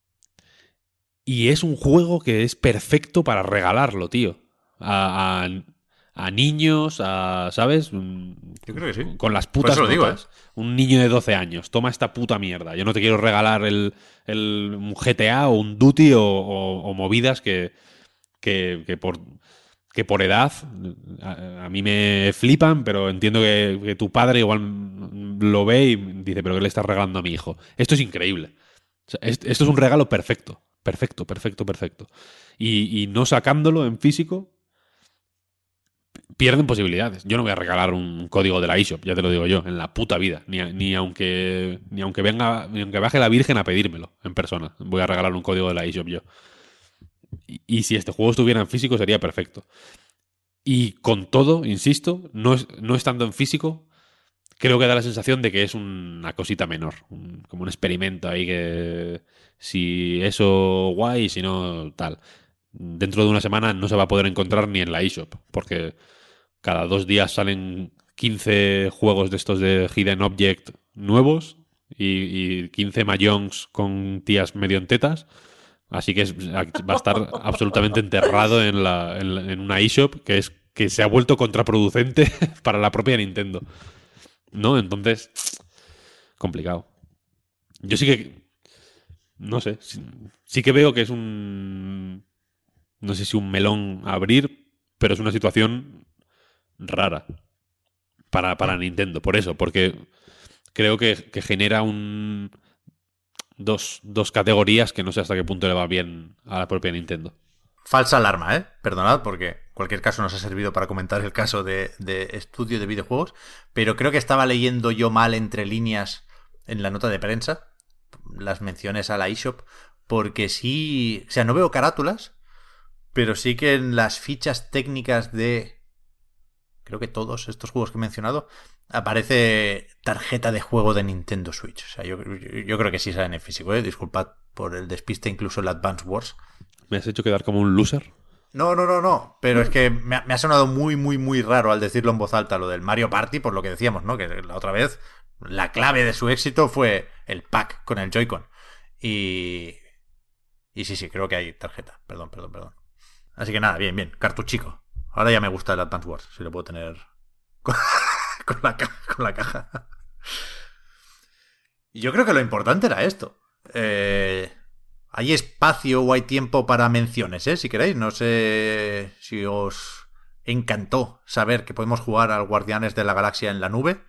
y es un juego que es perfecto para regalarlo, tío. A, a- a niños, a, ¿sabes? Mm, Yo creo que sí. Con las Por putas eso lo digo, notas. Un niño de doce años, toma esta puta mierda. Yo no te quiero regalar el, el un G T A o un Duty o, o- o movidas que, que, que por que por edad a, a mí me flipan, pero entiendo que, que tu padre igual lo ve y dice, pero ¿qué le estás regalando a mi hijo? Esto es increíble. O sea, es- esto es un regalo perfecto. Perfecto, perfecto, perfecto. Y, y no sacándolo en físico, pierden posibilidades. Yo no voy a regalar un código de la eShop, ya te lo digo yo, en la puta vida. Ni, ni aunque ni aunque venga, ni aunque baje la Virgen a pedírmelo en persona. Voy a regalar un código de la eShop yo. Y, y si este juego estuviera en físico sería perfecto. Y con todo, insisto, no, es- no estando en físico, creo que da la sensación de que es una cosita menor. un- como un experimento ahí que si eso guay, si no tal. Dentro de una semana no se va a poder encontrar ni en la eShop, porque cada dos días salen quince juegos de estos de Hidden Object nuevos y, y quince Mahjongs con tías medio en tetas. Así que es- va a estar absolutamente enterrado en, la, en, la- en una eShop que, es, que se ha vuelto contraproducente para la propia Nintendo. ¿No? Entonces, complicado. Yo sí que... No sé. Sí, sí que veo que es un... No sé si un melón a abrir, pero es una situación rara para, para Nintendo. Por eso, porque creo que, que genera un... Dos, dos categorías que no sé hasta qué punto le va bien a la propia Nintendo. Falsa alarma, ¿eh? Perdonad, porque en cualquier caso nos ha servido para comentar el caso de, de estudio de videojuegos, pero creo que estaba leyendo yo mal entre líneas en la nota de prensa las menciones a la eShop, porque sí, o sea, no veo carátulas, pero sí que en las fichas técnicas de, creo que todos estos juegos que he mencionado, aparece tarjeta de juego de Nintendo Switch. O sea, yo, yo, yo creo que sí sale en físico, ¿eh? Disculpad por el despiste, incluso el Advance Wars. ¿Me has hecho quedar como un loser? No, no, no, no. Pero es que me ha, me ha sonado muy, muy, muy raro al decirlo en voz alta lo del Mario Party, por lo que decíamos, ¿no? Que la otra vez la clave de su éxito fue el pack con el Joy-Con. Y... Y sí, sí, creo que hay tarjeta. Perdón, perdón, perdón. Así que nada, bien, bien. Cartuchico. Ahora ya me gusta el Advance Wars, si lo puedo tener con, con, la, caja, con la caja. Y yo creo que lo importante era esto. Eh... Hay espacio o hay tiempo para menciones, ¿eh? Si queréis. No sé si os encantó saber que podemos jugar al Guardianes de la Galaxia en la nube.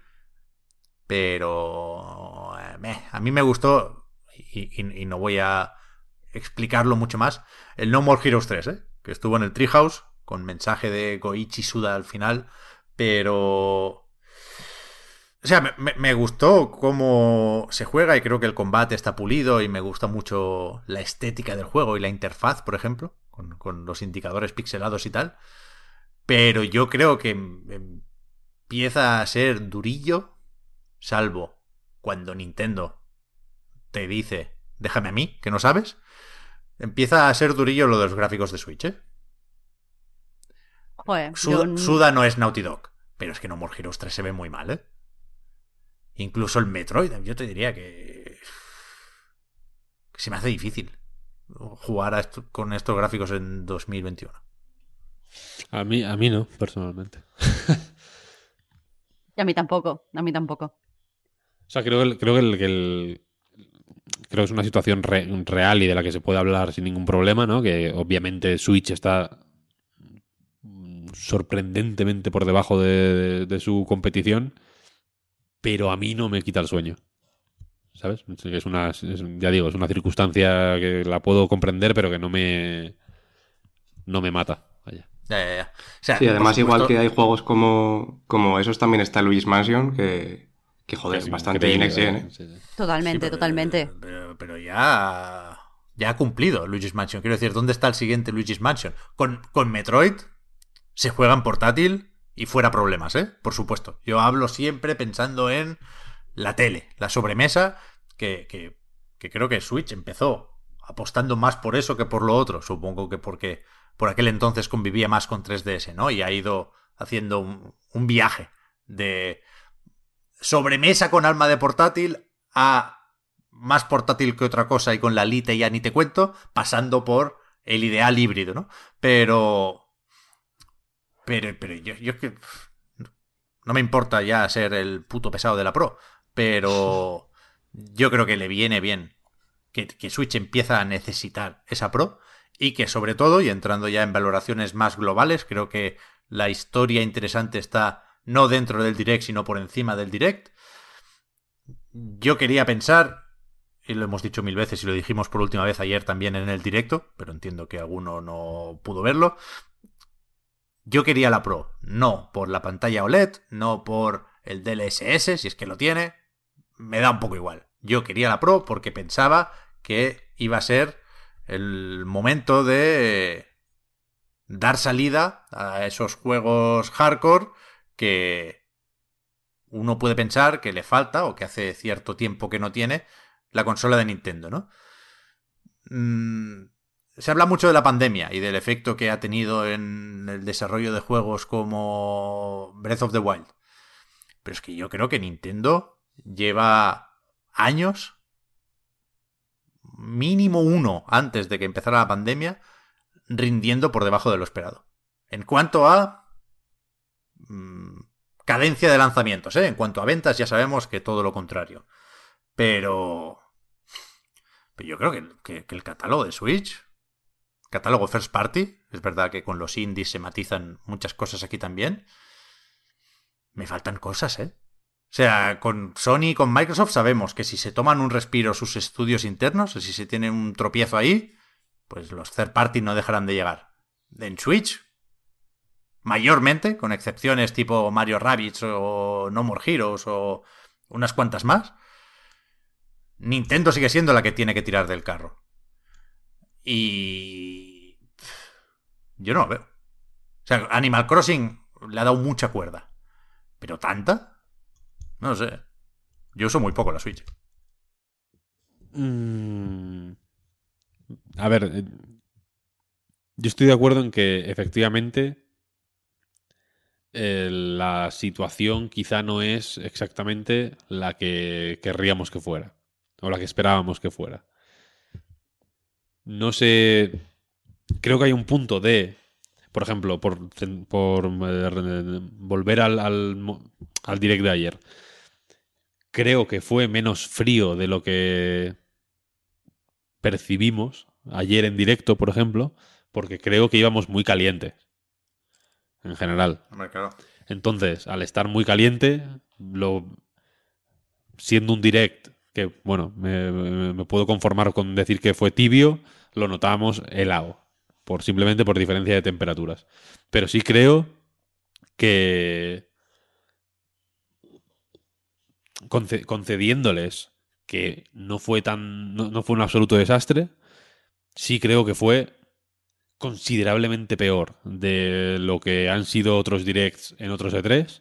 Pero... Eh, a mí me gustó, y, y, y no voy a explicarlo mucho más, el No More Heroes tres, ¿eh? Que estuvo en el Treehouse con mensaje de Goichi Suda al final. Pero... O sea, me, me, gustó cómo se juega y creo que el combate está pulido y me gusta mucho la estética del juego y la interfaz, por ejemplo, con, con los indicadores pixelados y tal. Pero yo creo que empieza a ser durillo, salvo cuando Nintendo te dice, déjame a mí, que no sabes. Empieza a ser durillo lo de los gráficos de Switch, ¿eh? Joder, Suda, yo... Suda no es Naughty Dog, pero es que No More Heroes tres se ve muy mal, ¿eh? Incluso el Metroid, yo te diría que, que se me hace difícil jugar a esto, con estos gráficos en dos mil veintiuno. A mí, a mí no, personalmente. Y a mí tampoco, a mí tampoco. O sea, creo que, creo que, el, que el, creo que es una situación re, real y de la que se puede hablar sin ningún problema, ¿no? Que obviamente Switch está sorprendentemente por debajo de, de, de su competición, pero a mí no me quita el sueño. ¿Sabes? Es una, es, ya digo, es una circunstancia que la puedo comprender, pero que no me no me mata. Vaya. Ya, ya, ya. O sea, sí, además supuesto... igual que hay juegos como, como esos, también está Luigi's Mansion, que, que joder, es bastante next gen, ¿eh? Sí, sí. Totalmente, sí, pero, totalmente. Pero, pero ya... Ya ha cumplido Luigi's Mansion. Quiero decir, ¿dónde está el siguiente Luigi's Mansion? Con, con Metroid se juega en portátil y fuera problemas, ¿eh? Por supuesto. Yo hablo siempre pensando en la tele, la sobremesa, que, que, que creo que Switch empezó apostando más por eso que por lo otro. Supongo que porque por aquel entonces convivía más con tres D S, ¿no? Y ha ido haciendo un, un viaje de sobremesa con alma de portátil a más portátil que otra cosa y con la Lite ya ni te cuento, pasando por el ideal híbrido, ¿no? Pero... Pero, pero yo, yo es que... No me importa ya ser el puto pesado de la Pro, pero yo creo que le viene bien que, que Switch empieza a necesitar esa Pro y que sobre todo, y entrando ya en valoraciones más globales, creo que la historia interesante está no dentro del Direct, sino por encima del Direct. Yo quería pensar, y lo hemos dicho mil veces y lo dijimos por última vez ayer también en el directo, pero entiendo que alguno no pudo verlo. Yo quería la Pro, no por la pantalla O L E D, no por el D L S S, si es que lo tiene, me da un poco igual. Yo quería la Pro porque pensaba que iba a ser el momento de dar salida a esos juegos hardcore que uno puede pensar que le falta o que hace cierto tiempo que no tiene la consola de Nintendo, ¿no? Mm, se habla mucho de la pandemia y del efecto que ha tenido en el desarrollo de juegos como Breath of the Wild. Pero es que yo creo que Nintendo lleva años, mínimo uno antes de que empezara la pandemia, rindiendo por debajo de lo esperado. En cuanto a mmm, cadencia de lanzamientos, ¿eh? En cuanto a ventas ya sabemos que todo lo contrario. Pero... pero yo creo que, que, que el catálogo de Switch, catálogo first party, es verdad que con los indies se matizan muchas cosas aquí también, me faltan cosas, ¿eh? O sea, con Sony y con Microsoft sabemos que si se toman un respiro sus estudios internos, si se tiene un tropiezo ahí, pues los third party no dejarán de llegar. En Switch, mayormente, con excepciones tipo Mario Rabbids o No More Heroes o unas cuantas más, Nintendo sigue siendo la que tiene que tirar del carro. Y... yo no lo veo. O sea, Animal Crossing le ha dado mucha cuerda. ¿Pero tanta? No sé. Yo uso muy poco la Switch. Mm. A ver, eh, yo estoy de acuerdo en que efectivamente eh, la situación quizá no es exactamente la que querríamos que fuera, o la que esperábamos que fuera. No sé, creo que hay un punto de, por ejemplo, por, por eh, volver al, al, al direct de ayer, creo que fue menos frío de lo que percibimos ayer en directo, por ejemplo, porque creo que íbamos muy calientes, en general. Hombre, claro. Entonces, al estar muy caliente, lo, siendo un direct que, bueno, me, me, me puedo conformar con decir que fue tibio, lo notábamos helado, por, simplemente por diferencia de temperaturas. Pero sí creo que conce- concediéndoles que no fue tan no, no fue un absoluto desastre, sí creo que fue considerablemente peor de lo que han sido otros directs en otros E tres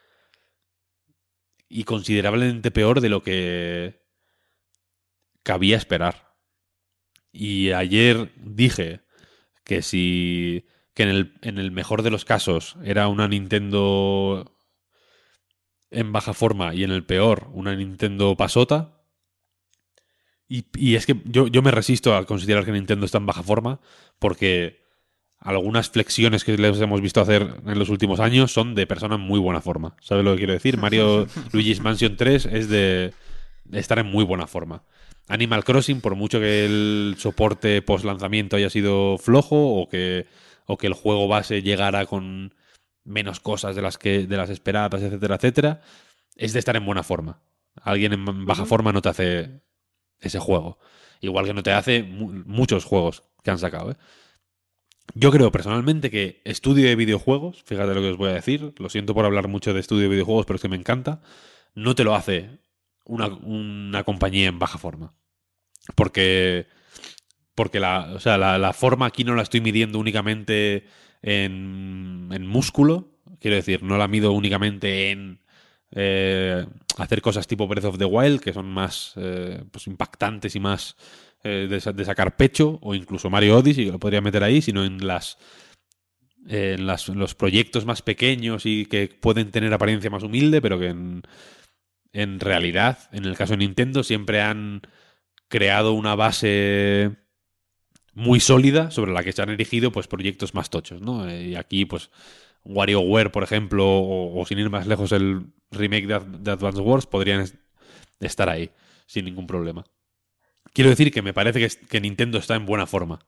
y considerablemente peor de lo que cabía esperar. Y ayer dije que si que en el, en el mejor de los casos era una Nintendo en baja forma y en el peor una Nintendo pasota. Y, y es que yo, yo me resisto a considerar que Nintendo está en baja forma porque algunas flexiones que les hemos visto hacer en los últimos años son de personas en muy buena forma. ¿Sabes lo que quiero decir? Mario Luigi's Mansion tres es de estar en muy buena forma. Animal Crossing, por mucho que el soporte post lanzamiento haya sido flojo o que, o que el juego base llegara con menos cosas de las que de las esperadas, etcétera, etcétera, es de estar en buena forma. Alguien en baja forma no te hace ese juego. Igual que no te hace mu- muchos juegos que han sacado, ¿eh? Yo creo personalmente que estudio de videojuegos, fíjate lo que os voy a decir, lo siento por hablar mucho de estudio de videojuegos, pero es que me encanta, no te lo hace una, una compañía en baja forma. Porque, porque la, o sea, la, la forma aquí no la estoy midiendo únicamente en, en músculo, quiero decir, no la mido únicamente en eh, hacer cosas tipo Breath of the Wild, que son más eh, pues impactantes y más eh, de, de sacar pecho, o incluso Mario Odyssey, que lo podría meter ahí, sino en las eh, en las, en los proyectos más pequeños y que pueden tener apariencia más humilde, pero que en, en realidad, en el caso de Nintendo, siempre han creado una base muy sólida sobre la que se han erigido pues proyectos más tochos, ¿no? Y aquí, pues, WarioWare, por ejemplo, o, o sin ir más lejos, el remake de, de Advance Wars podrían est- estar ahí, sin ningún problema. Quiero decir que me parece que, es- que Nintendo está en buena forma.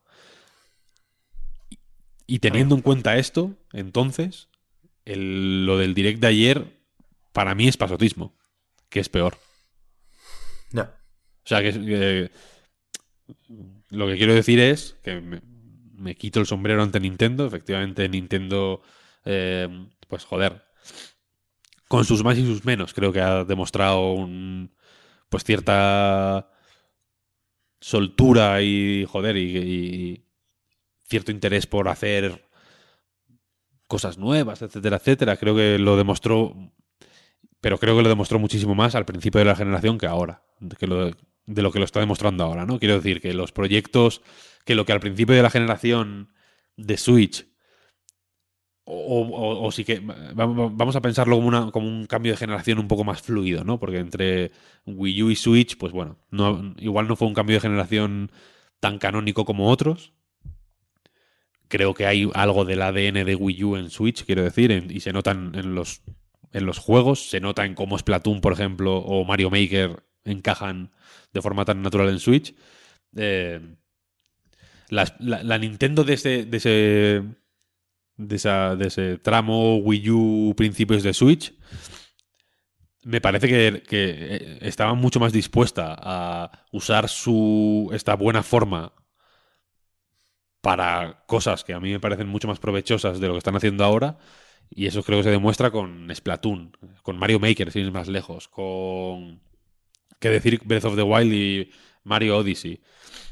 Y teniendo en cuenta esto, entonces, el- lo del direct de ayer, para mí es pasotismo, que es peor. Ya. O sea, que, que lo que quiero decir es que me, me quito el sombrero ante Nintendo. Efectivamente, Nintendo, eh, pues joder, con sus más y sus menos, creo que ha demostrado un, pues cierta soltura y, joder, y, y cierto interés por hacer cosas nuevas, etcétera, etcétera. Creo que lo demostró, pero creo que lo demostró muchísimo más al principio de la generación que ahora, que lo, de lo que lo está demostrando ahora, ¿no? Quiero decir que los proyectos, que lo que al principio de la generación de Switch, o, o, o sí que, vamos a pensarlo como, una, como un cambio de generación un poco más fluido, ¿no? Porque entre Wii U y Switch, pues bueno, no, igual no fue un cambio de generación tan canónico como otros. Creo que hay algo del A D N de Wii U en Switch, quiero decir, en, y se notan en los, en los juegos, se nota en cómo Splatoon, por ejemplo, o Mario Maker encajan de forma tan natural en Switch. Eh, las- la, la Nintendo de ese, de ese de, esa, de ese tramo Wii U principios de Switch, me parece que, que estaba mucho más dispuesta a usar su esta buena forma para cosas que a mí me parecen mucho más provechosas de lo que están haciendo ahora, y eso creo que se demuestra con Splatoon, con Mario Maker, sin ir más lejos, con... qué decir Breath of the Wild y Mario Odyssey,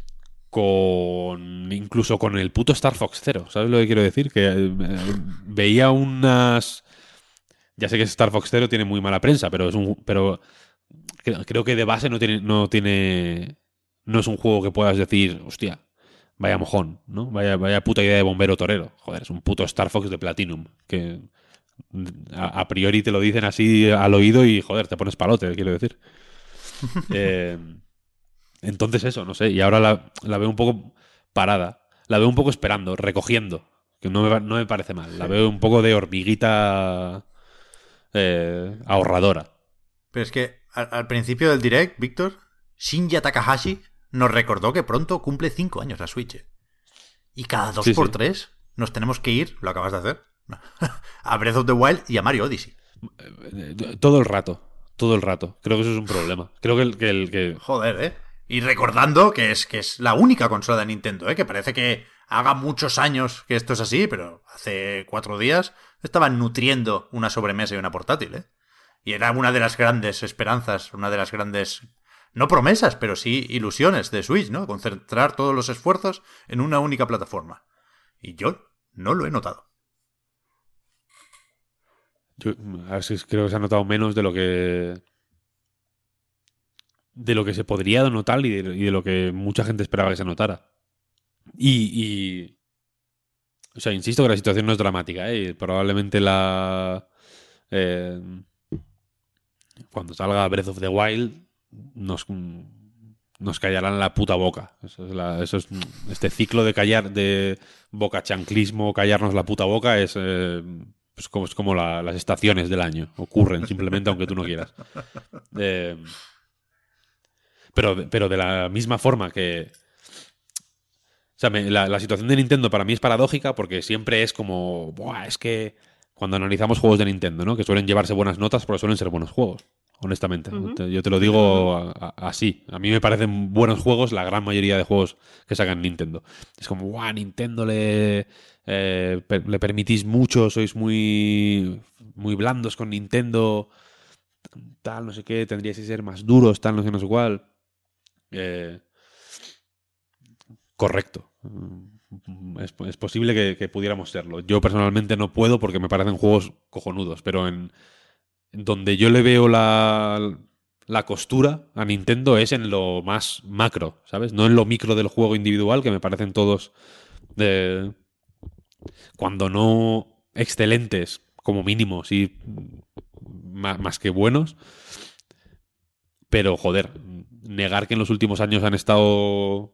con incluso con el puto Star Fox Zero, ¿sabes lo que quiero decir? Que eh, veía unas... Ya sé que Star Fox Zero tiene muy mala prensa, pero es un pero creo, creo que de base no tiene no tiene no es un juego que puedas decir, hostia, vaya mojón, ¿no? Vaya vaya puta idea de bombero torero. Joder, es un puto Star Fox de Platinum que a, a priori te lo dicen así al oído y joder, te pones palote, quiero decir. Eh, entonces eso, no sé, y ahora la, la veo un poco parada, la veo un poco esperando, recogiendo, que no me, no me parece mal, la veo un poco de hormiguita eh, ahorradora. Pero es que al, al principio del direct, Víctor, Shinya Takahashi nos recordó que pronto cumple cinco años la Switch. ¿eh? Y cada dos Sí, por sí. tres nos tenemos que ir, lo acabas de hacer, a Breath of the Wild y a Mario Odyssey. Eh, Todo el rato, todo el rato. Creo que eso es un problema. Creo que el que, el que Joder, ¿eh? Y recordando que es, que es la única consola de Nintendo, ¿eh? Que parece que haga muchos años que esto es así, pero hace cuatro días estaban nutriendo una sobremesa y una portátil, ¿eh? Y era una de las grandes esperanzas, una de las grandes, no promesas, pero sí ilusiones de Switch, ¿no? Concentrar todos los esfuerzos en una única plataforma. Y yo no lo he notado. yo, a ver si creo que se ha notado menos de lo que de lo que se podría notar y de, y de lo que mucha gente esperaba que se notara. Y, y o sea, insisto que la situación no es dramática, ¿eh? Y probablemente la eh, cuando salga Breath of the Wild nos nos callarán la puta boca. Eso es, la, eso es este ciclo de callar, de boca chanclismo, callarnos la puta boca es, eh, pues como, es como la, las estaciones del año. Ocurren simplemente aunque tú no quieras. Eh, pero, pero de la misma forma que... O sea, me- la, la situación de Nintendo para mí es paradójica porque siempre es como... Buah, es que cuando analizamos juegos de Nintendo, ¿no? Que suelen llevarse buenas notas porque suelen ser buenos juegos. Honestamente, Ujú. Te- yo te lo digo a- a- así. A mí me parecen buenos juegos la gran mayoría de juegos que sacan Nintendo. Es como, guau, Nintendo le, eh, per- le permitís mucho, sois muy, muy blandos con Nintendo, tal, no sé qué, tendríais que ser más duros, tal, no sé, no sé cuál. Eh, correcto. Mm, Es, es posible que, que pudiéramos serlo. Yo personalmente no puedo porque me parecen juegos cojonudos, pero en, donde yo le veo la, la costura a Nintendo es en lo más macro, ¿sabes? No en lo micro del juego individual, que me parecen todos, eh, cuando no excelentes, como mínimo, sí, más, más que buenos. Pero, joder, negar que en los últimos años han estado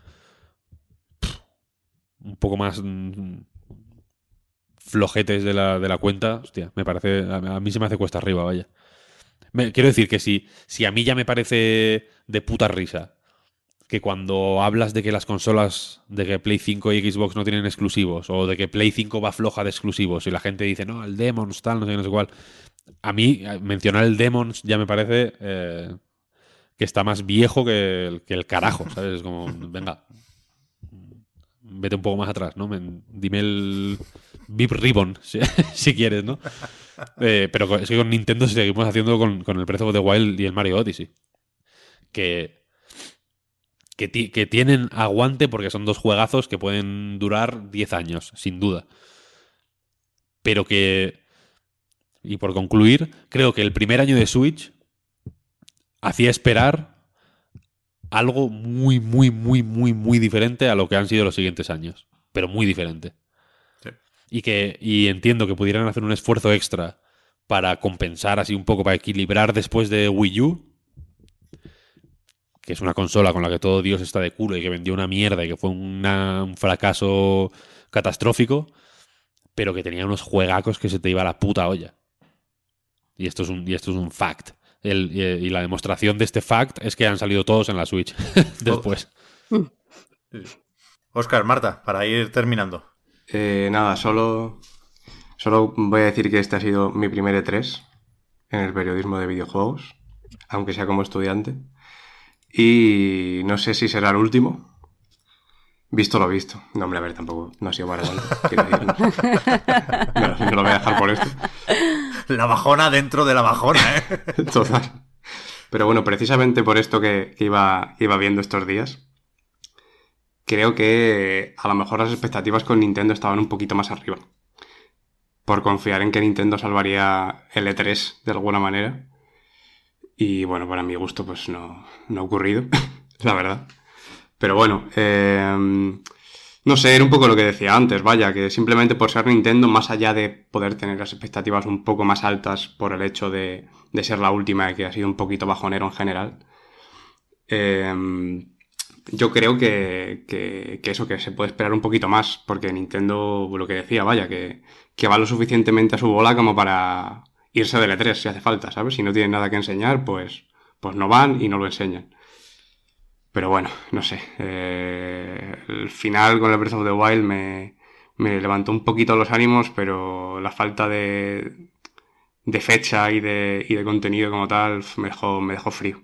un poco más mm, flojetes de la, de la cuenta, hostia, me parece, a, a mí se me hace cuesta arriba, vaya. Me- quiero decir que si, si a mí ya me parece de puta risa que cuando hablas de que las consolas, de que Play cinco y Xbox no tienen exclusivos, o de que Play cinco va floja de exclusivos, y la gente dice, no, el Demons, tal, no sé qué, no sé cuál. A mí, eh, mencionar el Demons ya me parece eh, que está más viejo que el, que el carajo, ¿sabes? Es como, venga, vete un poco más atrás, ¿no? Men- dime el Vip Ribbon, si, si quieres, ¿no? Eh, pero es que con Nintendo seguimos haciendo con, con el Breath of the Wild y el Mario Odyssey. Que, que, ti- que tienen aguante porque son dos juegazos que pueden durar diez años, sin duda. Pero que, y por concluir, creo que el primer año de Switch hacía esperar algo muy, muy, muy, muy, muy diferente a lo que han sido los siguientes años. Pero muy diferente. Sí. Y que y entiendo que pudieran hacer un esfuerzo extra para compensar así un poco, para equilibrar después de Wii U, que es una consola con la que todo Dios está de culo y que vendió una mierda y que fue una- un fracaso catastrófico, pero que tenía unos juegacos que se te iba a la puta olla. Y esto es un, y esto es un fact. El, y, y la demostración de este fact es que han salido todos en la Switch después. Óscar, Marta, para ir terminando. Eh, nada, solo, solo voy a decir que este ha sido mi primer E tres en el periodismo de videojuegos, aunque sea como estudiante. Y no sé si será el último. Visto lo visto. No, hombre, a ver, tampoco no ha sido para tanto. Quiero decir, no, no, no lo voy a dejar por esto. La bajona dentro de la bajona, ¿eh? Total. Pero bueno, precisamente por esto que, que iba, iba viendo estos días, creo que a lo mejor las expectativas con Nintendo estaban un poquito más arriba. Por confiar en que Nintendo salvaría el E tres de alguna manera. Y bueno, para mi gusto, pues no, no ha ocurrido, la verdad. Pero bueno, eh, no sé, era un poco lo que decía antes, vaya, que simplemente por ser Nintendo, más allá de poder tener las expectativas un poco más altas por el hecho de, de ser la última, que ha sido un poquito bajonero en general, eh, yo creo que, que, que eso, que se puede esperar un poquito más, porque Nintendo, lo que decía, vaya, que, que va lo suficientemente a su bola como para irse del E tres si hace falta, ¿sabes? Si no tienen nada que enseñar, pues, pues no van y no lo enseñan. Pero bueno, no sé. Eh, el final con el Breath of the Wild me, me levantó un poquito los ánimos, pero la falta de, de fecha y de, y de contenido como tal me dejó, me dejó frío.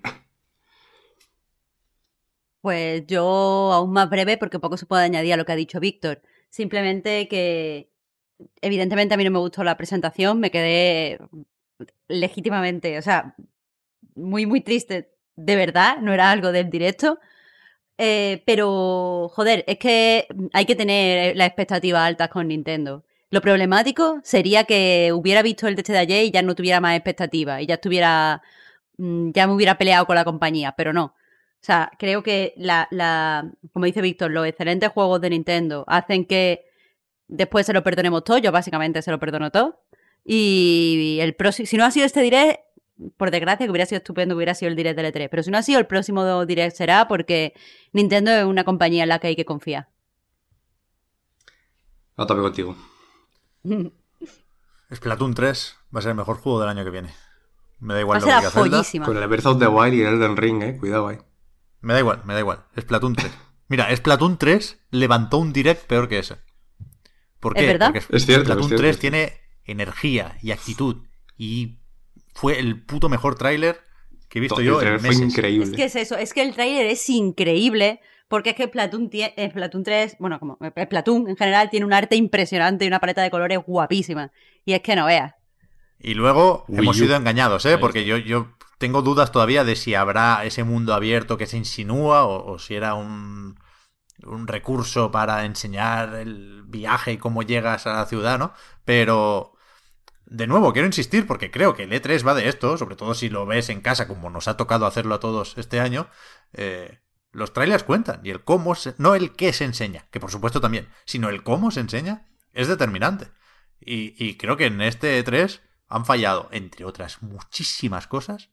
Pues yo aún más breve porque poco se puede añadir a lo que ha dicho Víctor. Simplemente que evidentemente a mí no me gustó la presentación, me quedé legítimamente, o sea, muy muy triste, de verdad, no era algo del directo. Eh, pero, joder, es que hay que tener las expectativas altas con Nintendo. Lo problemático sería que hubiera visto el de este de ayer y ya no tuviera más expectativas y ya estuviera, mm, ya me hubiera peleado con la compañía, pero no. O sea, creo que la, la, como dice Víctor, los excelentes juegos de Nintendo hacen que después se lo perdonemos todo. Yo básicamente se lo perdono todo. Y el próximo, si no ha sido este direct, por desgracia, que hubiera sido estupendo, hubiera sido el direct del E tres. Pero si no ha sido, el próximo direct será porque Nintendo es una compañía en la que hay que confiar. A tope contigo. Splatoon tres va a ser el mejor juego del año que viene. Me da igual Va a lo ser que la diga Zelda. joyísima. Con el Breath of the Wild y el Elden Ring, eh. Cuidado ahí. Me da igual, me da igual. Splatoon tres. Mira, Splatoon tres levantó un direct peor que ese. ¿Por qué? ¿Es verdad? Porque Es cierto, Splatoon es cierto, tres es cierto. tiene energía y actitud. Y fue el puto mejor tráiler que he visto El yo en trailer fue meses. increíble. Es que es eso, es que el tráiler es increíble, porque es que Splatoon, tie- eh, Splatoon tres, bueno, como eh, Splatoon en general tiene un arte impresionante y una paleta de colores guapísima. Y es que no veas. Y luego Wii hemos U. sido engañados, ¿eh? Ahí Porque yo, yo tengo dudas todavía de si habrá ese mundo abierto que se insinúa o, o si era un, un recurso para enseñar el viaje y cómo llegas a la ciudad, ¿no? Pero, de nuevo, quiero insistir porque creo que el E tres va de esto, sobre todo si lo ves en casa, como nos ha tocado hacerlo a todos este año. Eh, los trailers cuentan y el cómo, se, no el qué se enseña, que por supuesto también, sino el cómo se enseña es determinante. Y, y creo que en este E tres han fallado, entre otras muchísimas cosas,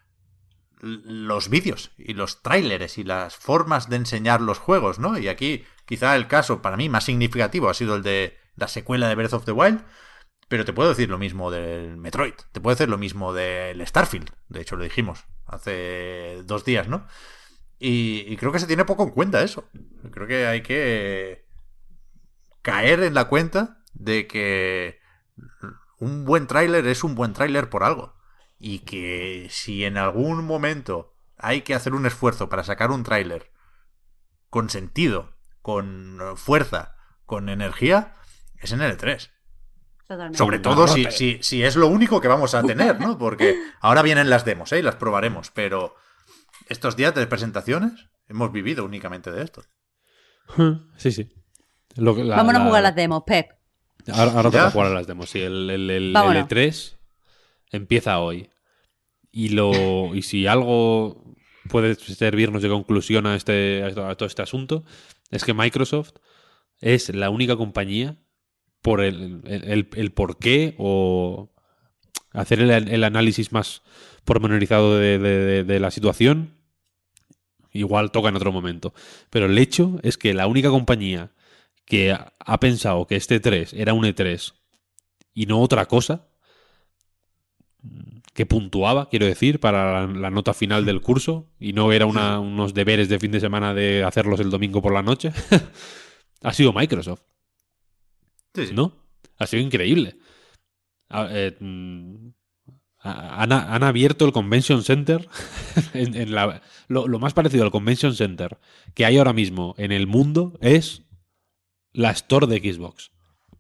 los vídeos y los tráileres y las formas de enseñar los juegos, ¿no? Y aquí quizá el caso para mí más significativo ha sido el de la secuela de Breath of the Wild, pero te puedo decir lo mismo del Metroid, te puedo decir lo mismo del Starfield, de hecho lo dijimos hace dos días, ¿no? Y, y creo que se tiene poco en cuenta eso. Creo que hay que caer en la cuenta de que un buen tráiler es un buen tráiler por algo. Y que si en algún momento hay que hacer un esfuerzo para sacar un tráiler con sentido, con fuerza, con energía, es en el E tres. Totalmente. Sobre Con todo si, garrote. si, si es lo único que vamos a tener, ¿no? Porque ahora vienen las demos, ¿eh? Y las probaremos, pero estos días de presentaciones hemos vivido únicamente de esto. Sí, sí. Lo que- la- Vámonos la- a jugar las demos, Pep. Ahora, ahora ¿Ya? toca jugar a las demos. Sí, el, el- el- el Vámonos. E tres empieza hoy. Y lo y si algo puede servirnos de conclusión a este a todo este asunto es que Microsoft es la única compañía por el, el, el- el por qué o hacer el, el análisis más pormenorizado de, de- de- de la situación. Igual toca en otro momento. Pero el hecho es que la única compañía que ha, ha pensado que este E tres era un E tres y no otra cosa, que puntuaba, quiero decir, para la, la nota final del curso y no era una, unos deberes de fin de semana de hacerlos el domingo por la noche, ha sido Microsoft. Sí, sí. ¿No? Ha sido increíble. Ha- eh, mm, ha- han, han abierto el Convention Center, en, en la, lo, lo más parecido al Convention Center que hay ahora mismo en el mundo es la Store de Xbox.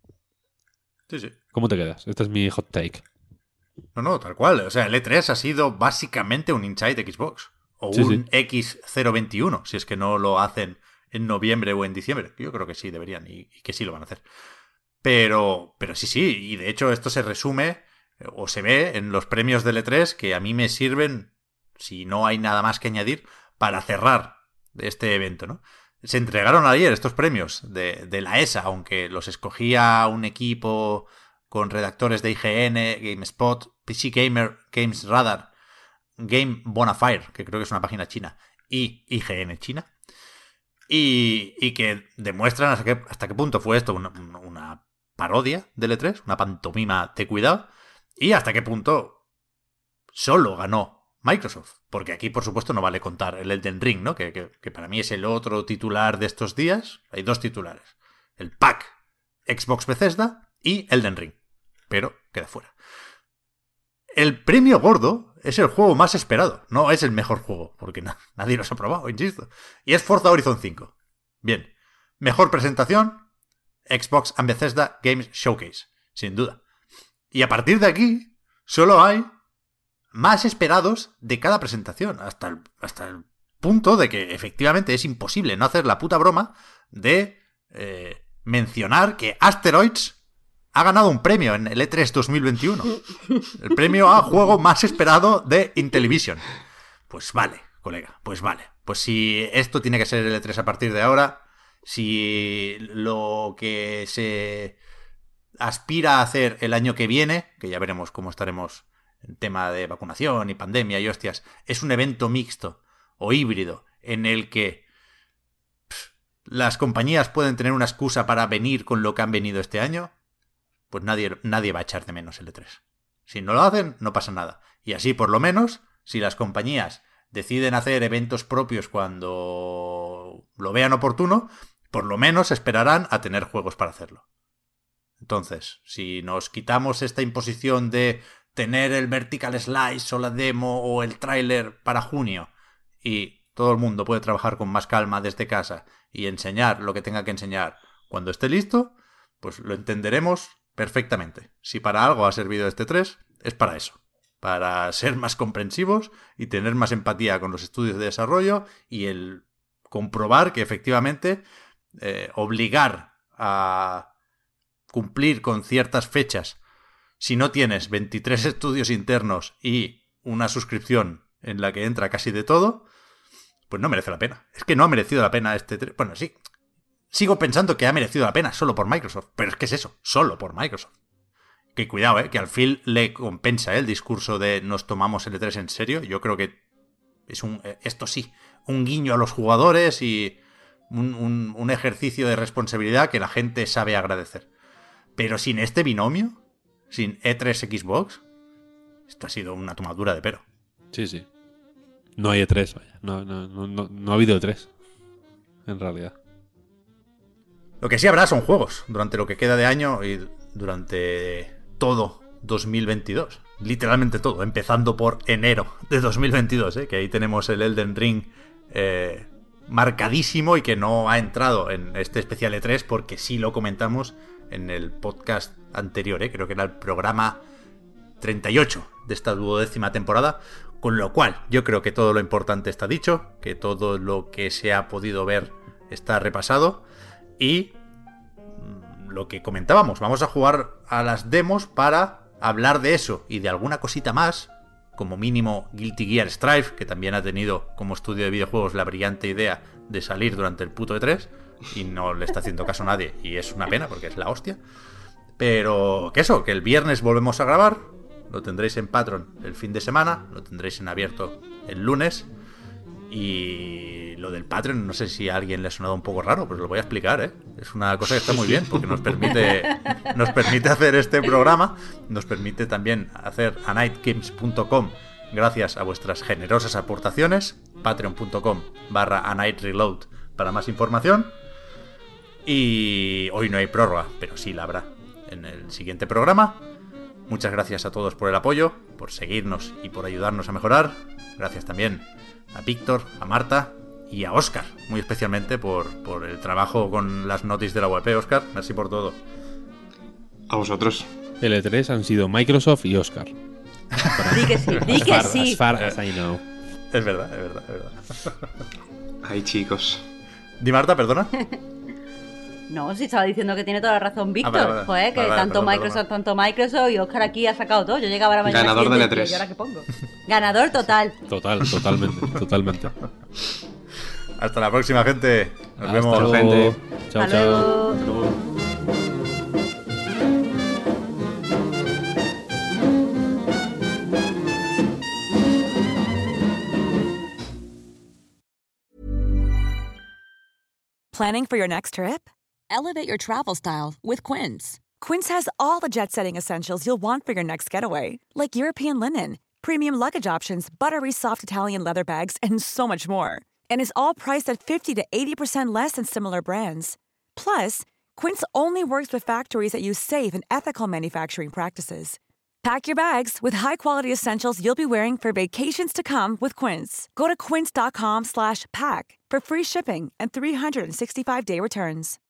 Sí, sí. ¿Cómo te quedas? Este es mi hot take. No, no, tal cual. O sea, el E tres ha sido básicamente un Inside Xbox. O Sí, un sí. X cero veintiuno, si es que no lo hacen en noviembre o en diciembre. Yo creo que sí, deberían, y, y que sí lo van a hacer. Pero, pero sí, sí, y de hecho esto se resume eh, o se ve en los premios del E tres que a mí me sirven, si no hay nada más que añadir, para cerrar este evento, ¿no? Se entregaron ayer estos premios de, de la E S A, aunque los escogía un equipo con redactores de I G N, GameSpot, P C Gamer, Games Radar, Game Bonafire, que creo que es una página china, y I G N China, y, y que demuestran hasta qué, hasta qué punto fue esto una, una parodia del E tres, una pantomima de cuidado, y hasta qué punto solo ganó Microsoft. Porque aquí, por supuesto, no vale contar el Elden Ring, ¿no? Que, que, que para mí es el otro titular de estos días. Hay dos titulares. El pack Xbox Bethesda y Elden Ring. Pero queda fuera. El premio gordo es el juego más esperado. No es el mejor juego, porque na- nadie los ha probado, insisto. Y es Forza Horizon cinco. Bien. Mejor presentación, Xbox and Bethesda Games Showcase. Sin duda. Y a partir de aquí, solo hay más esperados de cada presentación. Hasta el, hasta el punto de que efectivamente es imposible no hacer la puta broma de eh, mencionar que Asteroids ha ganado un premio en el E tres dos mil veintiuno. El premio a juego más esperado de Intellivision. Pues vale, colega, pues vale. Pues si esto tiene que ser el E tres a partir de ahora, si lo que se aspira a hacer el año que viene, que ya veremos cómo estaremos en tema de vacunación y pandemia y hostias, es un evento mixto o híbrido en el que pff, las compañías pueden tener una excusa para venir con lo que han venido este año, pues nadie, nadie va a echar de menos el E tres. Si no lo hacen, no pasa nada. Y así, por lo menos, si las compañías deciden hacer eventos propios cuando lo vean oportuno, por lo menos esperarán a tener juegos para hacerlo. Entonces, si nos quitamos esta imposición de tener el vertical slice o la demo o el tráiler para junio y todo el mundo puede trabajar con más calma desde casa y enseñar lo que tenga que enseñar cuando esté listo, pues lo entenderemos perfectamente. Si para algo ha servido este tres, es para eso. Para ser más comprensivos y tener más empatía con los estudios de desarrollo y el comprobar que efectivamente eh, obligar a cumplir con ciertas fechas si no tienes veintitrés estudios internos y una suscripción en la que entra casi de todo, pues no merece la pena. Es que no ha merecido la pena este tres. Bueno, sí. Sigo pensando que ha merecido la pena solo por Microsoft. Pero es que es eso, solo por Microsoft. Que cuidado, ¿eh? Que al Phil le compensa, ¿eh? El discurso de nos tomamos el E tres en serio. Yo creo que es un, esto sí, un guiño a los jugadores y un, un, un ejercicio de responsabilidad que la gente sabe agradecer. Pero sin este binomio, sin E tres Xbox, esto ha sido una tomadura de pelo. Sí, sí. No hay E tres, vaya. No, no, no, no, no ha habido E tres. En realidad. Lo que sí habrá son juegos durante lo que queda de año y durante todo dos mil veintidós. Literalmente todo, empezando por enero de dos mil veintidós, ¿eh? Que ahí tenemos el Elden Ring eh, marcadísimo y que no ha entrado en este especial E tres porque sí lo comentamos en el podcast anterior, ¿eh? Creo que era el programa treinta y ocho de esta duodécima temporada, con lo cual yo creo que todo lo importante está dicho, que todo lo que se ha podido ver está repasado y lo que comentábamos, vamos a jugar a las demos para hablar de eso y de alguna cosita más, como mínimo Guilty Gear Strive, que también ha tenido como estudio de videojuegos la brillante idea de salir durante el puto E tres y no le está haciendo caso a nadie y es una pena porque es la hostia. Pero que eso, que el viernes volvemos a grabar, lo tendréis en Patreon el fin de semana, lo tendréis en abierto el lunes Y lo del Patreon, no sé si a alguien le ha sonado un poco raro, pues lo voy a explicar, ¿eh? Es una cosa que está muy bien, porque nos permite, nos permite hacer este programa, nos permite también hacer a night games punto com gracias a vuestras generosas aportaciones, patreon punto com barra a night reload para más información. Y hoy no hay prórroga, pero sí la habrá en el siguiente programa. Muchas gracias a todos por el apoyo, por seguirnos y por ayudarnos a mejorar. Gracias también a Víctor, a Marta y a Óscar, muy especialmente por, por el trabajo con las noticias de la web. Óscar, merci por todo. A vosotros. El E tres han sido Microsoft y Oscar. Di que sí, di que As far, sí. as far as I know. Es verdad, es verdad, es verdad. Ay, chicos. Di Marta, perdona. No, si estaba diciendo que tiene toda la razón Víctor. vale, vale. Joder, que Vale, vale, tanto perdón, Microsoft, perdón. tanto Microsoft y Oscar aquí ha sacado todo. Yo llegaba a la mañana Ganador siguiente del E tres. y ahora qué pongo. Ganador total. Total, totalmente, totalmente. Hasta la próxima, gente. Nos Hasta vemos. luego. gente. Chao, Hasta chao. luego. Planning for your next trip? Elevate your travel style with Quince. Quince has all the jet-setting essentials you'll want for your next getaway, like European linen, premium luggage options, buttery soft Italian leather bags, and so much more. And is all priced at fifty to eighty percent less than similar brands. Plus, Quince only works with factories that use safe and ethical manufacturing practices. Pack your bags with high-quality essentials you'll be wearing for vacations to come with Quince. Go to quince dot com slash pack for free shipping and three sixty-five day returns.